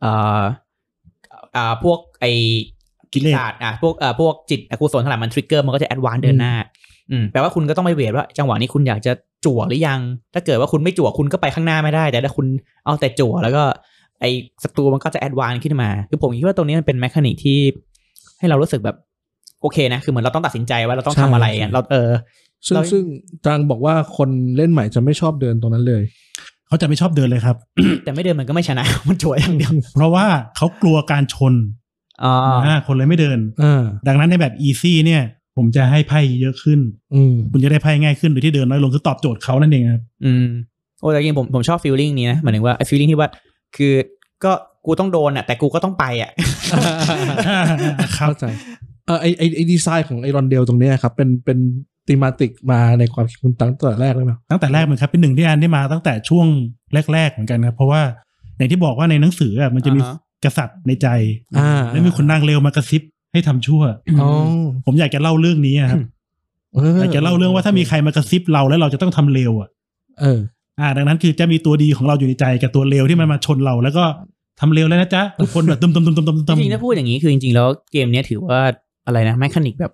พวกไอ้กิเลสพวกจิตอกุศลทั้งหลายมันทริกเกอร์มันก็จะแอดวานซ์เดินหน้าแปลว่าคุณก็ต้องไปเวทว่าจังหวะนี้คุณอยากจะจั่วหรือยังถ้าเกิดว่าคุณไม่จั่วคุณก็ไปข้างหน้าไม่ได้แต่ถ้าคุณเอาแต่จั่วแล้วก็ไอ้ศัตรูมันก็จะแอดวานซ์ขึ้นมาคือผมคิดว่าตรงนี้มันเป็นแมคานิกที่ให้เรารู้สึกแบบโอเคนะคือเหมือนเราต้องตัดสินใจว่าเราต้องทำอะไรเราซึ่งจังบอกว่าคนเล่นใหม่จะไม่ชอบเดินตรงนั้นเลยเขาจะไม่ชอบเดินเลยครับแต่ไม่เดินมันก็ไม่ชนะมันจั่วอย่างเดียวเพราะว่าเขากลัวการชนคนเลยไม่เดินดังนั้นในแบบอีซี่เนี่ยผมจะให้ไพ่เยอะขึ้นคุณจะได้ไพ่ง่ายขึ้นโดยที่เดินน้อยลงคือตอบโจทย์เขานั่นเองครับโอ้แต่จริงผมชอบฟีลลิ่งนี้นะหมายถึงว่าไอ้ฟีลลิ่งที่ว่าคือก็กูต้องโดนแต่กูก็ต้องไปเข้าใจไอดีไซน์ของไอรอนเดลตรงนี้ครับเป็นธีมาติกมาในความคิดคุณตั้งแต่แรกเลยไหมตั้งแต่แรกเหมือนครับเป็นหนึ่งที่อันได้มาตั้งแต่ช่วงแรกๆเหมือนกันครับเพราะว่าอย่างที่บอกว่าในหนังสือมันจะมีกษัตริย์ในใจแล้วมีคนนางเลวมากระซิบให้ทำชั่วผมอยากจะเล่าเรื่องนี้ครับอยากจะเล่าเรื่องว่าถ้ามีใครมากระซิบเราแล้วเราจะต้องทำเลวดังนั้นคือจะมีตัวดีของเราอยู่ในใจกับตัวเลวที่มันมาชนเราแล้วก็ทำเลวแล้วนะจ๊ะทุกคนแบบตึมจริงๆถ้าพูดอย่างนี้คือจริงๆแล้วเกมนี้ถือว่าอะไรนะแมคานิกแบบ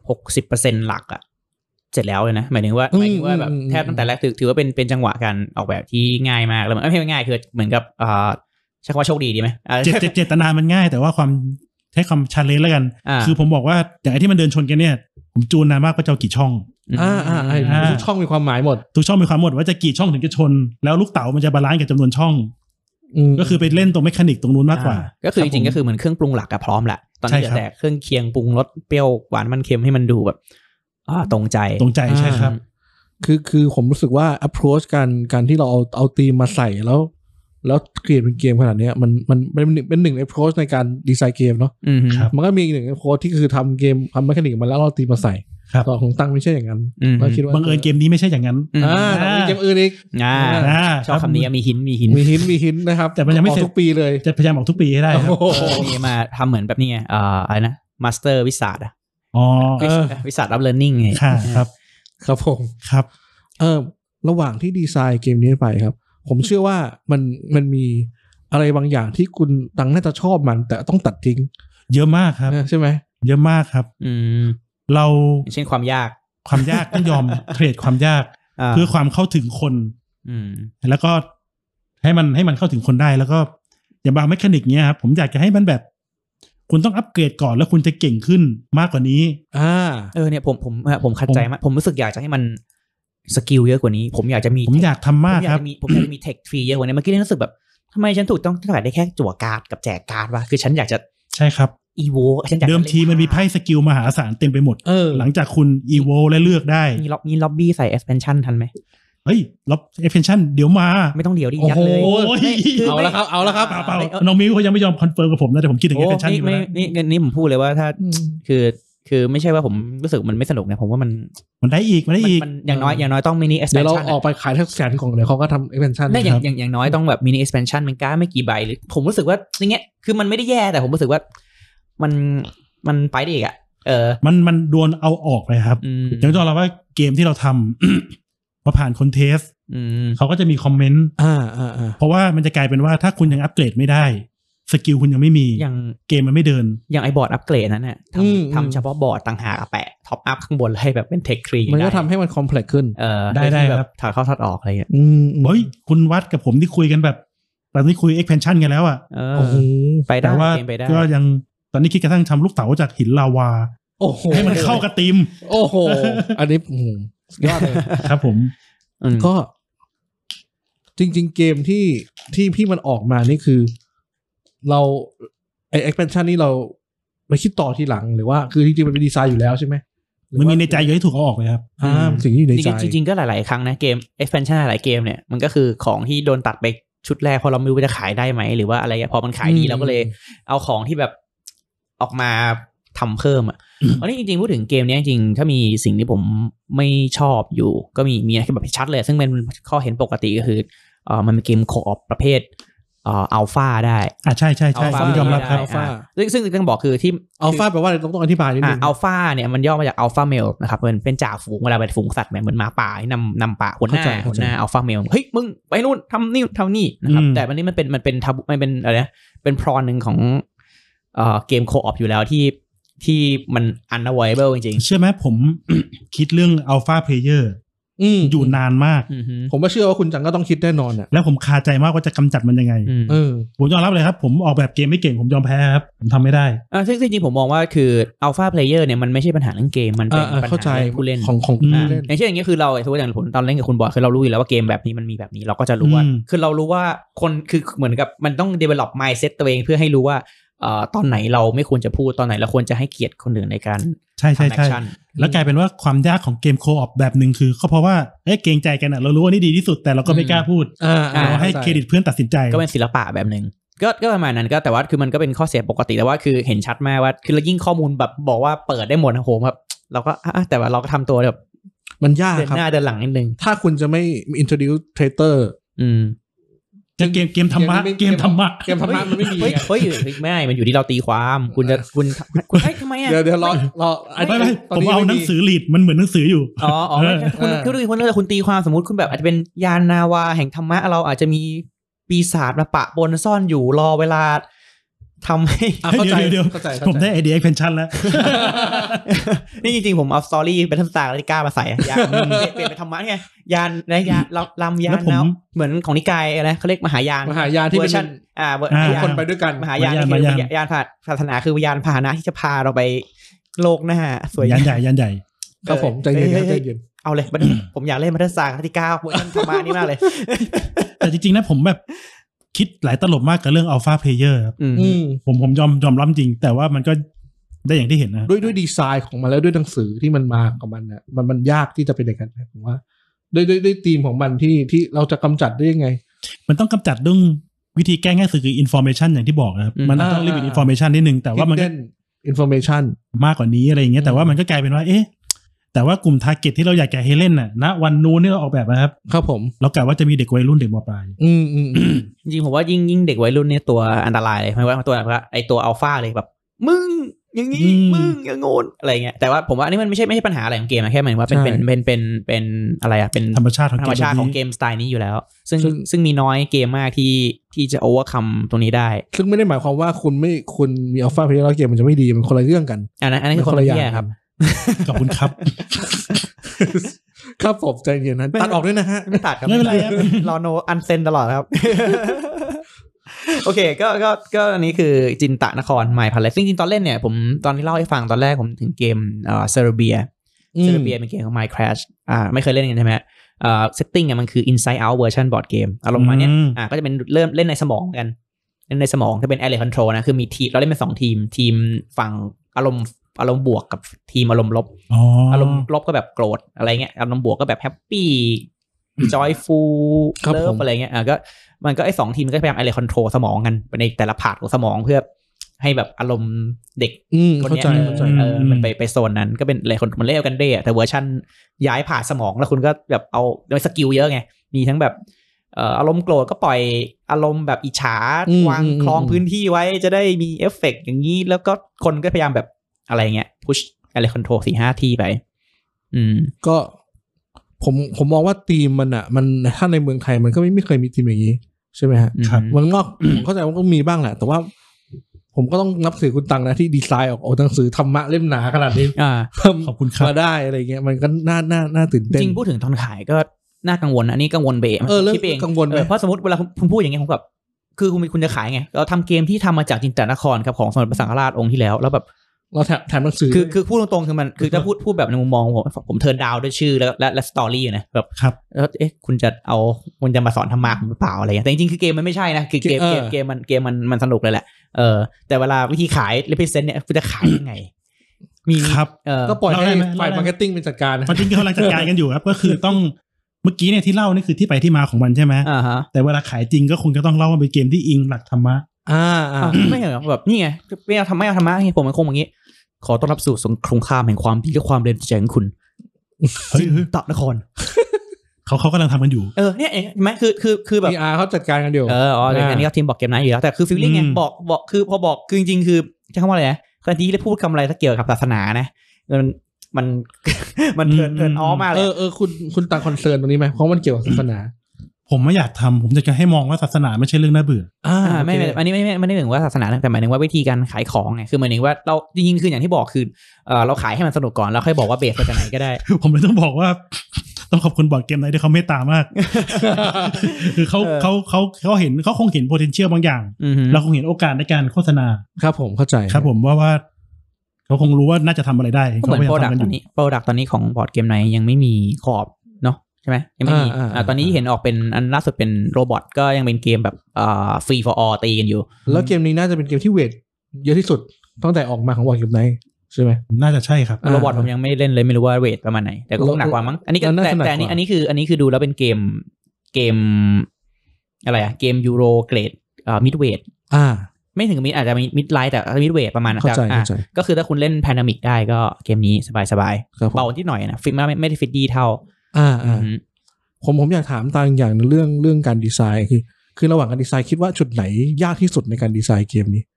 60% หลักเสร็จแล้วเลยนะหมายถึงว่าแบบแทบตั้งแต่แรกถือว่าเป็นจังหวะการออกแบบที่ง่ายมากแล้วไม่ใช่ง่ายคือเหมือนกับใช้คำว่าโชคดีดีไหมเจตนามันง่ายแต่ว่าความใช้คำชาเลนจ์แล้วกันคือผมบอกว่าอย่างไอ้ที่มันเดินชนกันเนี่ยผมจูนนานมากว่าจะกี่ช่องทุกช่องมีความหมายหมดทุกช่องมีความหมดว่าจะกี่ช่องถึงจะชนแล้วลูกเต๋ามันจะบาลานซ์กับจำนวนช่องก็คือไปเล่นตรงเมคานิกตรงนู้นมากกว่าก็คือจริงๆก็คือเหมือนเครื่องปรุงหลักพร้อมแหละตอนนี้แต่เครื่องเคียงปรุงรสเปรี้ยวหวานมันเค็มให้มันดูแบบตรงใจใช่ครับคือผมรู้สึกว่า approach การที่เราเอาธีมมาใส่แล้วเกลียดเป็นเกมขนาดนี้มันเป็นหนึ่ง approach ในการดีไซน์เกมเนาะมันก็มีอีกหนึ่ง approach ที่คือทำเกมทำเมคานิกมาแล้วเราตีมาใส่ต่อของตั้งไม่ใช่อย่างนั้นเราคิดว่าบังเอิญเกมนี้ไม่ใช่อย่างนั้นมีเกมอื่นอีกชอบคำนี้มีหินนะครับแต่มันยังไม่เสร็จทุกปีเลยจะพยายามออกทุกปีให้ได้ครับนี่มาทำเหมือนแบบนี้อะไรนะมาสเตอร์วิสาดวิสาดรับเลิร์นนิ่งไงครับผมครับระหว่างที่ดีไซน์เกมนี้ไปครับผมเชื่อว่ามันมีอะไรบางอย่างที่คุณตังน่าจะชอบมันแต่ต้องตัดทิ้งเยอะมากครับใช่ไหมเยอะมากครับเราเช่นความยากต้องยอมเทรดความยากเพื่อความเข้าถึงคนแล้วก็ให้มันเข้าถึงคนได้แล้วก็อย่างบางเมคานิกเนี้ยครับผมอยากจะให้มันแบบคุณต้องอัปเกรดก่อนแล้วคุณจะเก่งขึ้นมากกว่านี้เนี่ยผมขัดใจมากผมรู้สึกอยากจะให้มันสกิลเยอะกว่านี้ผมอยากจะมีผมอยากทำมากครับผมอยากจะมีเทคฟรีเยอะกว่านี้เมื่อกี้รู้สึกแบบทำไมฉันถูกต้องขนาดได้แค่จั่วการ์ดกับแจกการ์ดวะคือฉันอยากจะใช่ครับอีโวเดิมทีมันมีไพ่สกิลมหาศาลเต็มไปหมดหลังจากคุณอีโวและเลือกได้มีล็อบบี้ใส่ expansion ทันไหมเฮ้ยล็อบ expansion เดี๋ยวมาไม่ต้องเดี๋ยวดิยัดเลยเอาละครับเปล่าน้องมิวเขายังไม่ยอมคอนเฟิร์มกับผมนะแต่ผมคิดถึง expansion อยู่นะนี่ผมพูดเลยว่าถ้าคือคือไม่ใช่ว่าผมรู้สึกมันไม่สนุกนะผมว่ามันได้อีกมันอย่างน้อยต้องมินิ expansion เดี๋ยวเราออกไปขายทั้งแสนของเดี๋ยวเขาก็ทำ expansion ได้อย่างน้อยต้องแบบมินิ expansion มันก้าไม่กี่ใบหรือผมรู้สึกว่าอย่างเงี้ยคือมันไม่ได้แย่แต่ผมรู้สึกว่ามันไปได้อีกอ่ะมันโดนเอาออกไปครับอย่างที่เราว่าเกมที่เราทำพอผ่านคนเทสเขาก็จะมีคอมเมนต์เพราะว่ามันจะกลายเป็นว่าถ้าคุณยังอัปเกรดไม่ได้สกิลคุณยังไม่มีอย่างเกมมันไม่เดินอย่างไอบอร์ดอัปเกรดนั้นเนี่ยทำเฉพาะบอร์ดต่างหากแปะท็อปอัพข้างบนให้แบบเป็นเทคทรีมันก็ทำให้มันคอมเพล็กซ์ขึ้นได้ครับถอดเข้าถอดออกอะไรอย่างเงี้ยเฮ้ยคุณวัดกับผมที่คุยกันแบบตอนนี้คุย expansion กันแล้วอ่ะโอ้โหไปได้ก็ยังตอนนี้คิดกระทั่งทำลูกเต๋าจากหินลาวาให้มันเข้ากับธีมโอ้โหอันนี้ยอดเลยครับผมก็จริงๆเกมที่พี่มันออกมานี่คือเราไอ้ expansion นี่เราไปคิดต่อทีหลังหรือว่าคือจริงๆมันเป็นดีไซน์อยู่แล้วใช่ไหมมันมีในใจอยู่ที่ถูกเอาออกไปครับสิ่งที่อยู่ในใจจริงๆก็หลายๆครั้งนะเกม expansion หลายเกมเนี่ยมันก็คือของที่โดนตัดไปชุดแรกพอเราไม่รู้ว่าจะขายได้ไหมหรือว่าอะไรพอมันขายดีเราก็เลยเอาของที่แบบออกมาทำเพิ่มอ่ะอันนี้จริงๆพูดถึงเกมนี้จริงๆถ้ามีสิ่งที่ผมไม่ชอบอยู่ก็มีอะไรแบบชัดเลยซึ่งเป็นข้อเห็นปกติก็คือมันเป็นเกมโคออปประเภทอัลฟาได้ใช่ผมยอมรับครับอัลฟาซึ่งต้องบอกคือที่อัลฟาแปลว่าอะไรต้องอธิบายนิดนึงอัลฟาเนี่ยมันย่อมาจากอัลฟาเมลนะครับเป็นจ่าฝูงเวลาเป็นฝูงสัตว์เหมือนหมาป่าที่นำป่าหัวหน้าอัลฟาเมลเฮ้ยมึงไปนู่นทำนี่นะครับแต่วันนี้มันเป็นอะไรนะเป็นพรอนนึงของเกมโคออปอยู่แล้วที่มัน unavoidable จริงๆเชื่อไหมผม คิดเรื่อง Alpha Player อยู่นานมากผมก็เชื่อว่าคุณจังก็ต้องคิดแน่นอนอ่ะแล้วผมคาใจมากว่าจะกำจัดมันยังไงผมยอมรับเลยครับผมออกแบบเกมไม่เก่งผมยอมแพ้ครับผมทำไม่ได้ซึ่งจริงๆผมมองว่าคือ Alpha Player เนี่ยมันไม่ใช่ปัญหาเรื่องเกมมันเป็นปัญหาผู้เล่นของผู้เล่นอย่างเช่นอย่างนี้คือเราสมมติอย่างผมตอนเล่นกับคุณบอยคือเรารู้อยู่แล้วว่าเกมแบบนี้มันมีแบบนี้เราก็จะรู้ว่าคือเรารู้ว่าคนคือเหมือนกับมันต้อง develop mindset ตัวเองเพื่อให้รู้ว่าตอนไหนเราไม่ควรจะพูดตอนไหนเราควรจะให้เกียรติคนอื่นในการใช่แล้วกลายเป็นว่าความยากของเกมโคออปแบบนึงคือเพราะว่าเกรงใจกันอ่ะเรารู้ว่านี่ดีที่สุดแต่เราก็ไม่กล้าพูดเราให้เครดิตเพื่อนตัดสินใจก็เป็นศิลปะแบบนึงก็ประมาณนั้นก็แต่ว่าคือมันก็เป็นข้อเสียปกติแต่ว่าคือเห็นชัดมากว่าคือเรายิ่งข้อมูลแบบบอกว่าเปิดได้หมดโหแบบเราก็แต่ว่าเราก็ทำตัวแบบมันยากครับเดินหน้าเดินหลังนิดนึงถ้าคุณจะไม่ introduce traitor จะเกมธรรมะมันไม่มีเฮ้ยไม่มันอยู่ที่เราตีความคุณทำไมอ่ะเดี๋ยวรอไม่ผมเอาหนังสือลีดมันเหมือนหนังสืออยู่คุณดูคุณตีความสมมติคุณแบบอาจจะเป็นยานนาวาแห่งธรรมะเราอาจจะมีปีศาจมาปะปนซ่อนอยู่รอเวลาทำให้เข้าใจผมได้ไอเดีย expansion แล้วนี่จริงๆผมเอาสตอรี่เป็นทัศน์ที่กล้ามาใส่ยานเปลี่ยนเป็นธรรมะไงยานลำยานแล้วเหมือนของนิกายอะไรเขาเรียกมหายานที่เป็นทุกคนไปด้วยกันมหายานนี่คือยานศาสนาคือยานพาหนะที่จะพาเราไปโลกหน้าสวยยานใหญ่ครับผมใจเย็นเอาเลยผมอยากเล่นมาทัศน์ที่9เวอร์ชันธรรมะนี่มากเลยแต่จริงๆนะผมแบบคิดหลายตลบมากกับเรื่อง Alpha Player ครับผมยอมรับจริงแต่ว่ามันก็ได้อย่างที่เห็นนะด้วยดีไซน์ของมันแล้วด้วยหนังสือที่มันมาของมันนะมันยากที่จะเป็นอย่างนั้นผมว่าด้วยธีมของมันที่เราจะกำจัดได้ยังไงมันต้องกำจัดด้วยวิธีแก้ง่ายสุดคือ information อย่างที่บอกครับมันต้อง limit information นิดนึงแต่ว่ามันก็ information มากกว่านี้อะไรอย่างเงี้ยแต่ว่ามันก็กลายเป็นว่าแต่ว่ากลุ่ม target ที่เราอยากจะให้เล่นน่ะณวันนู้นที่เราออกแบบนะครับครับผมเรากะว่าจะมีเด็กวัยรุ่นเด็กม.ปลายจริงผมว่ายิ่งเด็กวัยรุ่นเนี่ยตัวอันตรายเลยไม่ว่าตัวไอตัวอัลฟาเลยแบบมึงอย่างงี้มึงอย่างโง่อะไรเงี้ยแต่ว่าผมว่าอันนี้มันไม่ใช่ปัญหาอะไรของเกมนะแค่หมายว่าเป็นอะไรอะเป็นธรรมชาติของเกมสไตล์นี้อยู่แล้วซึ่งมีน้อยเกมมากที่จะโอเวอร์คัมตรงนี้ได้ซึ่งไม่ได้หมายความว่าคุณมีอัลฟาเพลย์แล้วเกมมันจะไม่ดีมันคนละเรื่องกันอันนั้นคือคนละอย่างครับขอบคุณครับครับผมใจเย็นนะตัดออกด้วยนะฮะไม่ตัดครับไม่เป็นไรครับรอโนอันเซนตลอดครับโอเคก็อันนี้คือจินตะนคร My Palace จริงๆตอนเล่นเนี่ยผมตอนที่เล่าให้ฟังตอนแรกผมถึงเกมเซอร์เบียเป็นเกมของ My Crash ไม่เคยเล่นกันใช่ไหมเซตติ้งมันคือ Inside Out version board game อารมณ์มาเนี้ยก็จะเป็นเริ่มเล่นในสมองกันเล่นในสมองจะเป็น Area Control นะคือมีทีมเราเล่นเป็น2ทีมฝั่งอารมณ์บวกกับทีมอารมณ์ลบอารมณ์ลบก็แบบโกรธอะไรเงี้ยอารมณ์บวกก็แบบแฮปปี้จอยฟูลเลิฟอะไรเงี้ยก็มันก็ไอ้2ทีมก็พยายามอะไรคอนโทรลสมองกันในแต่ละพาร์ทของสมองเพื่อให้แบบอารมณ์เด็กคนเนี้ยมันไปโซนนั้นก็เป็นอะไรคนมันเล่นกันได้แต่เวอร์ชันย้ายผ่าสมองแล้วคุณก็แบบเอาสกิลเยอะไงมีทั้งแบบอารมณ์โกรธก็ปล่อยอารมณ์แบบอิจฉาวางคลองพื้นที่ไว้จะได้มีเอฟเฟกต์อย่างนี้แล้วก็คนก็พยายามแบบอะไรเงี้ยพุชอะไรคอนโทรล 4-5 ที่ไปก็ผมมองว่าทีมมันอ่ะมันถ้าในเมืองไทยมันก็ไม่เคยมีทีมอย่างนี้ใช่ไหมฮะมันงอกผมเข้าใจว่าก็มีบ้างแหละแต่ว่าผมก็ต้องนับถือคุณตังนะที่ดีไซน์ออกหนังสือธรรมะเล่มหนาขนาดนี้ขอบคุณครับมาได้อะไรเงี้ยมันก็น่าตื่นเต้นจริงพูดถึงตอนขายก็น่ากังวลอันนี้กังวลเบ๋เรื่องกังวลเพราะสมมติเวลาคุณพูดอย่างเงี้ยผมแบบคือคุณจะขายไงเราทำเกมที่ทำมาจากจินตนครครับของสมเด็จพระสังฆราชองค์ที่แล้วแบบเราแถมหนังสือคือพูดตรงๆคือมันคือถ้าพูดแบบในมุมมองผมเทิร์นดาวด้วยชื่อและสตอรี่นะแบบแล้วคุณจะมาสอนธรรมะหรือเปล่าอะไรอย่างเงี้ยแต่จริงๆคือเกมมันไม่ใช่นะคือเกมมันสนุกเลยแหละแต่เวลาวิธีขาย represent เนี่ยคุณจะขายยังไงมีครับก็ปล่อยให้ฝ่ายมาร์เก็ตติ้งเป็นจัดการจริงๆเขากำลังจัดการกันอยู่ครับก็คือต้องเมื่อกี้เนี่ยที่เล่านี่คือที่ไปที่มาของมันใช่ไหมแต่เวลาขายจริงก็คงจะต้องเล่าว่าเป็นเกมที่อิงหลักธรรมะไม่เหรอแบบนี่ไงไม่เอาธรรมะให้ผมมันคงอย่างนี้ขอต้อนรับสู่สงครามแห่งความดีและความเด่นใจของคุณตะนครเขากำลังทำกันอยู่เนี่ยเองไหมคือแบบเขาจัดการกันอยู่อันนี้ก็ทีมบอกเกมนั้นอยู่แล้วแต่คือฟีลลิ่งไงบอกคือพอบอกคือจริงๆคือใช้คำว่าอะไรนะคือที่ได้พูดคำอะไรถ้าเกี่ยวกับศาสนานะมันเทิร์นอ้อมากเลยคุณตังคอนเซิร์นตรงนี้ไหมเพราะมันเกี่ยวกับศาสนาผมไม่อยากทำผมจะให้มองว่าศาสนาไม่ใช่เรื่องน่าเบื่อไม่อันนี้ไม่ได้หมายถึงว่าศาสนาแต่หมายถึงว่าวิธีการขายของไงคือหมายถึงว่าเราจริงๆคืออย่างที่บอกคือเราขายให้มันสนุกก่อนแล้วค่อยบอกว่าเบสมาจากไหนก็ได้ผมเลยต้องบอกว่าต้องขอบคุณบอร์ดเกมไนท์ที่เขาเมตตามากคือเขาเห็นเขาคงเห็น potential บางอย่างแล้วคงเห็นโอกาสในการโฆษณาครับผมเข้าใจครับผมว่าเขาคงรู้ว่าน่าจะทำอะไรได้เหมือนโปรดักต์ตอนนี้ของบอร์ดเกมไนท์ยังไม่มีขอบเนาะใช่ไหมยังไม่มีตอนนี้เห็นออกเป็นอันล่าสุดเป็นโรบอทก็ยังเป็นเกมแบบฟรี for all ตีกันอยู่แล้วเกมนี้น่าจะเป็นเกมที่เวทเยอะที่สุดตั้งแต่ออกมาของบอร์ดเกมไนท์ใช่ไหมน่าจะใช่ครับโรบอทผมยังไม่เล่นเลยไม่รู้ว่าเวทประมาณไหนแต่ก็คงหนักกว่ามั้งอันนี้ก็แต่อันนี้คือดูแล้วเป็นเกมอะไรอะเกมยูโรเกรดมิดเวทไม่ถึงมิดอาจจะมีมิดไลท์แต่มิดเวทประมาณนั้นก็คือถ้าคุณเล่นแพนดมิกได้ก็เกมนี้สบายเบาที่หน่อยนะฟิตไม่ได้ฟิตดีเท่าผมอยากถามตาอย่างเรื่องการดีไซน์คือระหว่างการดีไซน์คิดว่าจุดไหนยากที่สุดในการดีไซน์เกมนี้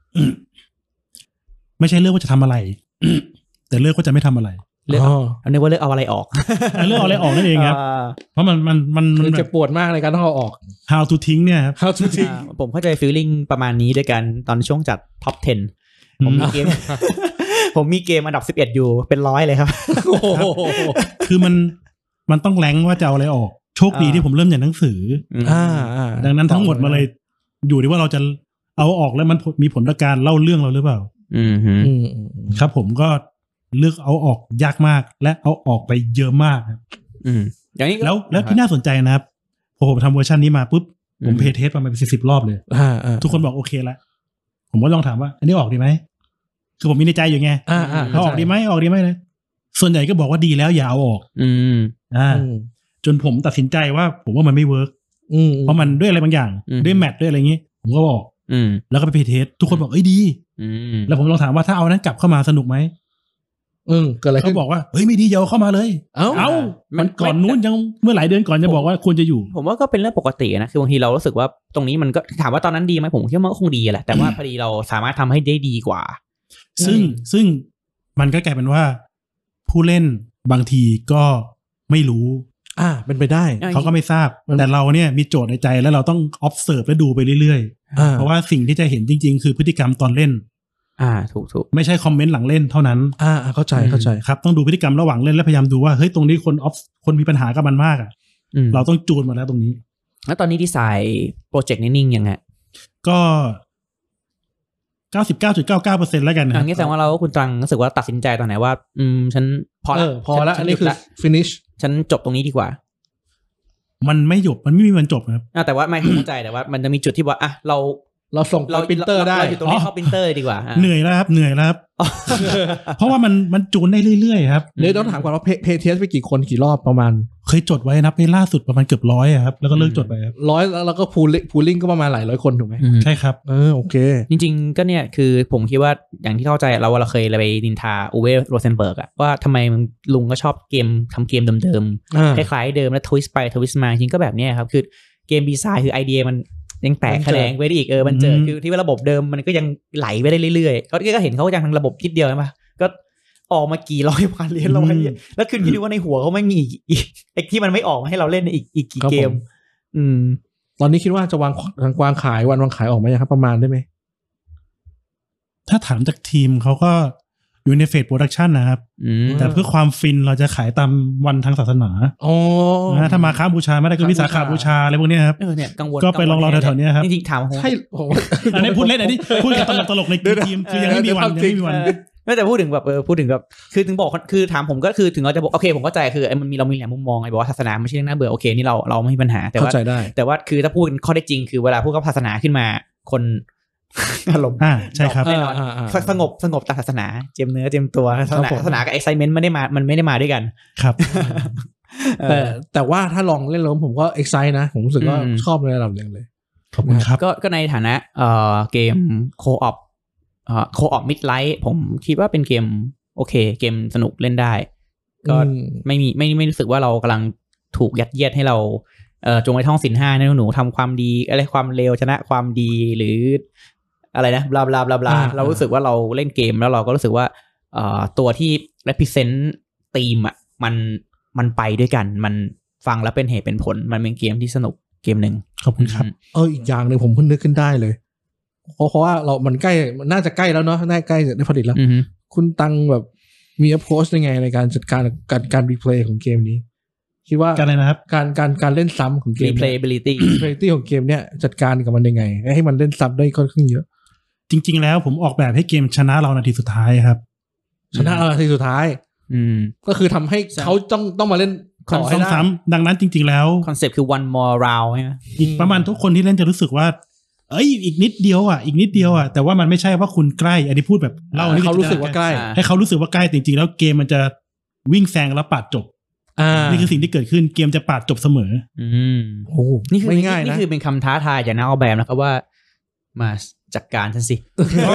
ไม่ใช่เรื่องว่าจะทำอะไร แต่เลือกว่าจะไม่ทำอะไรเลือกเอาเรียกว่าเลือกเอาอะไรออกเลือกเอาอะไรออกนั่นเองครับเพราะมันเจ็บปวดมากในการต้องเอาออก how to ทิ้งเนี่ยครับ how to ทิ้งผมเข้าใจ feeling ประมาณนี้ด้วยกันตอนช่วงจัด top 10ผมมีเกมอันดับ11อยู่เป็น100เลยครับคือมันต้องแรงว่าจะเอาอะไรออกโชคดีที่ผมเริ่มจากหนังสือดังนั้นทั้งหมดมาเลยอยู่ที่ว่าเราจะเอาออกแล้วมันมีผลต่อการเล่าเรื่องเราหรือเปล่าครับผมก็เลือกเอาออกยากมากและเอาออกไปเยอะมากครับอย่างนี้แล้วที่น่าสนใจนะครับพอผมทำเวอร์ชันนี้มาปุ๊บผมเพย์เทสประมาณ10 รอบเลยทุกคนบอกโอเคแล้วผมก็ลองถามว่าอันนี้ออกดีไหมคือผมมีในใจอยู่ไงเอาออกดีไหมเลยส่วนใหญ่ก็บอกว่าดีแล้วอย่าเอาออกจนผมตัดสินใจว่าผมว่ามันไม่เวิร์กเพราะมันด้วยอะไรบางอย่างด้วยแมทด้วยอะไรอย่างนี้ผมก็บอกแล้วก็ไปเพย์เทสทุกคนบอกเอ้ยดีแล้วผมลองถามว่าถ้าเอานั้นกลับเข้ามาสนุกไหมเกิดอะไรขึ้นเขาบอกว่าเฮ้ยไม่ดีอย่าเข้ามาเลยมันก่อนนู้นยังเมื่อหลายเดือนก่อนจะบอกว่าควรจะอยู่ผมว่าก็เป็นเรื่องปกตินะคือบางทีเรารู้สึกว่าตรงนี้มันก็ถามว่าตอนนั้นดีไหมผมคิดว่ามันก็คงดีแหละแต่ว่าพอดีเราสามารถทำให้ได้ดีกว่าซึ่งมันก็กลายเป็นว่าผู้เล่นบางทีก็ไม่รู้เป็นไปได้เขาก็ไม่ทราบแต่เราเนี่ยมีโจทย์ในใจแล้วเราต้อง observe และดูไปเรื่อยๆเพราะว่าสิ่งที่จะเห็นจริงๆคือพฤติกรรมตอนเล่นถูกไม่ใช่คอมเมนต์หลังเล่นเท่านั้นเข้าใจครับต้องดูพฤติกรรมระหว่างเล่นและพยายามดูว่าเฮ้ยตรงนี้คนมีปัญหากับมันมากเราต้องจูนมาแล้วตรงนี้แล้วตอนนี้ดีไซน์โปรเจกต์นิ่งยังไงก็ 99.99% แล้วกันนะงี้แสดงว่าเราคุณตังรู้สึกว่าตัดสินใจตอนไหนว่าฉันพอแล้วอันนี้คือ finish ฉันจบตรงนี้ดีกว่ามันไม่จบมันไม่มีวันจบครับแต่ว่าไม่เข้าใจแต่ว่ามันจะมีจุดที่ว่าเราเราส่งไปปรินเตอร์ได้เราอยู่ตรงนี้เข้าปรินเตอร์ดีกว่าเหนื่อยแล้วครับเพราะว่ามันจูนได้เรื่อยๆครับเดี๋ยวต้องถามก่อนว่าเพย์เทสไปกี่คนกี่รอบประมาณเคยจดไว้นับไปล่าสุดประมาณเกือบ100ครับแล้วก็เลิกจดไปครับ 100แล้วก็พูลิ่งก็ประมาณหลายร้อยคนถูกไหมใช่ครับโอเคจริงๆก็เนี่ยคือผมคิดว่าอย่างที่เข้าใจเราเคยไปนินทาอูเวโรเซนเบิร์กอะว่าทำไมลุงก็ชอบทำเกมเดิมๆคล้ายๆเดิมแล้วทวิสต์ไปทวิสต์มาจริงก็แบบนี้ครับคือเกมดีไซน์คือไอเดียมันยังแตกแขนงไปได้อีกมันเจอคือที่ว่าระบบเดิมมันก็ยังไหลไปได้เรื่อยๆก็เห็นเขายังทางระบบคิดเดียวใช่ปะก็ออกมากี่ร้อยพันเหรียญแล้วคือคิดดูว่าในหัวเขาไม่มีอีกที่มันไม่ออกมาให้เราเล่นอีกกี่เกมตอนนี้คิดว่าจะวางขายวันวางขายออกมายังครับประมาณได้ไหมถ้าถามจากทีมเขาก็อยู่ในเฟสโปรดักชันนะครับแต่เพื่อความฟินเราจะขายตามวันทางศาสนาถ้ามาค้าบูชาไม่ได้ก็วิสาขาบูชาอะไรพวกนี้ครับเนี่ยกังวลก็ไปลองแถวๆนี้ครับจริงๆถามใช่อันนี้พูดเล่นอันนี้พูดกันตลกในทีมคือยังไม่มีวันไม่แต่พูดถึงแบบคือถึงบอกคือถามผมก็คือถึงเราจะบอกโอเคผมเข้าใจคือมันมีเรามีหลายมุมมองไอ้บอกว่าศาสนาไม่ใช่เรื่องน่าเบื่อโอเคนี่เราไม่มีปัญหาแต่ว่าคือถ้าพูดข้อได้จริงคือเวลาพูดกับศาสนาขึ้นมาคนอารมณ์ใช่ครับแน่นอนสงบตามศาสนาเจียมเนื้อเจียมตัวศาสนากับexcitementมันไม่ได้มาด้วยกันครับแต่ว่าถ้าลองเล่นแล้วผมก็ excite นะผมรู้สึกว่าชอบในระดับนึงเลยขอบคุณครับก็ในฐานะเกมโคออปมิดไลท์ผมคิดว่าเป็นเกมโอเคเกมสนุกเล่นได้ก็ไม่รู้สึกว่าเรากำลังถูกยัดเยียดให้เราจงไว้ท่องศีล 5นะหนูทำความดีอะไรความเลวชนะความดีหรืออะไรนะบลาบลาบลาบลาเรารู้สึกว่าเราเล่นเกมแล้วเราก็รู้สึกว่าตัวที่ represent ธีมอ่ะมันไปด้วยกันมันฟังแล้วเป็นเหตุเป็นผลมันเป็นเกมที่สนุกเกมนึงขอบคุณครับอีกอย่างนึงผมเพิ่งนึกขึ้นได้เลยเพราะว่ามันใกล้มันน่าจะใกล้แล้วเนาะน่าใกล้จะได้ผลิตแล้วคุณตังแบบมี approach ยังไงในการจัดการรีเพลย์ของเกมนี้คิดว่าการอะไรนะครับการเล่นซ้ำของเกม replayability ของเกมเนี้ยจัดการกับมันยังไงให้มันเล่นซ้ำได้ค่อนข้างเยอะจริงๆแล้วผมออกแบบให้เกมชนะเรานาทีสุดท้ายครับชนะเรานาทีสุดท้ายก็คือทำให้เขาต้องมาเล่นต่อให้ได้ซ้ำดังนั้นจริงๆแล้วคอนเซ็ปต์คือ one more round ใช่ไหมอีกประมาณทุกคนที่เล่นจะรู้สึกว่าอีกนิดเดียวแต่ว่ามันไม่ใช่ว่าคุณใกล้อันนี้พูดแบบเล่าให้เขารู้สึกว่าใกล้ให้เขารู้สึกว่าใกล้จริงๆแล้วเกมมันจะวิ่งแซงแล้วปาดจบนี่คือสิ่งที่เกิดขึ้นเกมจะปาดจบเสมอโอ้นี่คือง่ายนะนี่คือเป็นคำท้าทายจากนักออกแบบนะครับว่ามาจัดการฉันสิ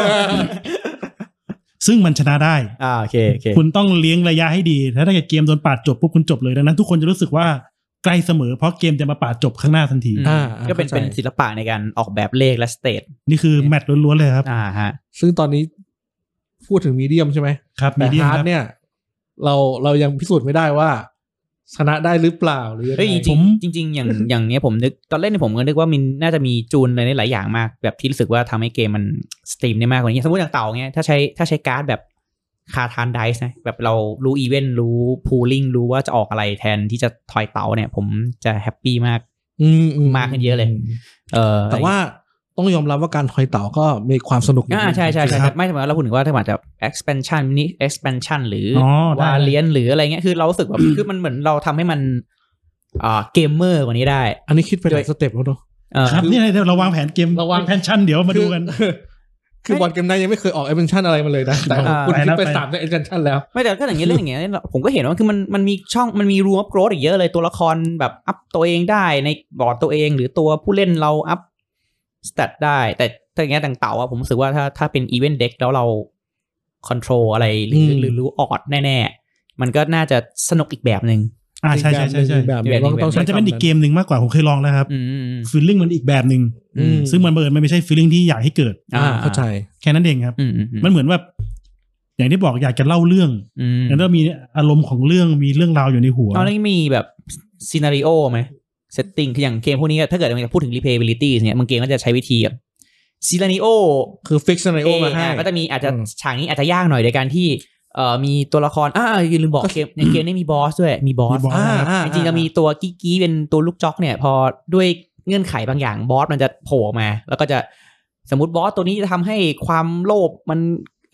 ซึ่งมันชนะได้โอเคคุณต้องเลี้ยงระยะให้ดีถ้าเกมโดนปาดจบปุ๊บคุณจบเลยดังนั้นทุกคนจะรู้สึกว่าใกล้เสมอเพราะเกมจะมาปาดจบข้างหน้าทันทีก็เป็นศิลปะในการออกแบบเลขและสเตทนี่คือแมตช์ล้วนๆเลยครับฮะซึ่งตอนนี้พูดถึงมีเดียมใช่ไหมครับมีเดียมครับเนี่ยเรายังพิสูจน์ไม่ได้ว่าชนะได้หรือเปล่าหรือจริงอย่างเนี้ยผมนึกตอนเล่นผมก็นึกว่ามันน่าจะมีจูนอะไรในหลายอย่างมากแบบที่รู้สึกว่าทำให้เกมมันสตรีมได้มากกว่านี้สมมติอย่างเต่าเงี้ยถ้าใช้การ์ดแบบคาทานไดส์นะแบบเรารู้อีเวนต์รู้พูลลิ่งรู้ว่าจะออกอะไรแทนที่จะทอยเต่าเนี่ยผมจะแฮปปี้มากมากขึ้นเยอะเลยแต่ว่าต้องยอมรับว่าการทอยเต่าก็มีความสนุกใช่ไม่ใช่เราพูดถึงว่าถ้าจะ expansion mini expansion หรือvariant หรืออะไรเงี้ยคือเรารู้สึกแบบคือมันเหมือนเราทำให้มันเกมเมอร์กว่านี้ได้อันนี้คิดไปหลายสเต็ปแล้วเนาะครับนี่เดี๋ยวเราวางแผนเกมexpansion เดี๋ยวมาดูกันคือบอร์ดเกมนั้นยังไม่เคยออก expansion อะไรมาเลยนะแต่คุณคิดไป3 expansion แล้วไม่แต่ก็อย่างเงี้ยเรื่องอย่างเงี้ยผมก็เห็นว่าคือมันมีช่องมันมี room of growth อีกเยอะเลยตัวละครแบบอัพตัวเองได้ในบอร์ดตัวเองหรือตัวผู้เล่นเราอัพสเตตได้แต่อย่างเงี้ยต่างเต่าอะผมรู้สึกว่าถ้าเป็น event deck แล้วเรา control อะไรหรือรู้ออดแน่ๆมันก็น่าจะสนุกอีกแบบนึงใช่แบบมันจะเป็นอีกเกมนึงมากกว่าผมเคยลองแล้วครับฟีลลิ่งมันอีกแบบนึงซึ่งมันไม่ใช่ฟีลลิ่งที่อยากให้เกิดเข้าใจแค่นั้นเองครับมันเหมือนแบบอย่างที่บอกอยากจะเล่าเรื่องแล้วมีอารมณ์ของเรื่องมีเรื่องราวอยู่ในหัวแล้วมีแบบซีนาริโอไหมเซตติ้งคืออย่างเกมพวกนี้ถ้าเกิดเราจะพูดถึง replayability เนี่ยบางเกมก็จะใช้วิธีแบบซีนาริโอคือฟิกซีนาริโอมาให้ก็จะมีอาจจะฉากนี้อาจจะยากหน่อยในการที่มีตัวละครลืมบอกเกมในเกมนี้มีบอสด้วยมีบอสจริงๆจะมีตัวกี้เป็นตัวลูกจ็อกเนี่ยพอด้วยเงื่อนไขบางอย่างบอสมันจะโผล่มาแล้วก็จะสมมติบอสตัวนี้จะทำให้ความโลภมัน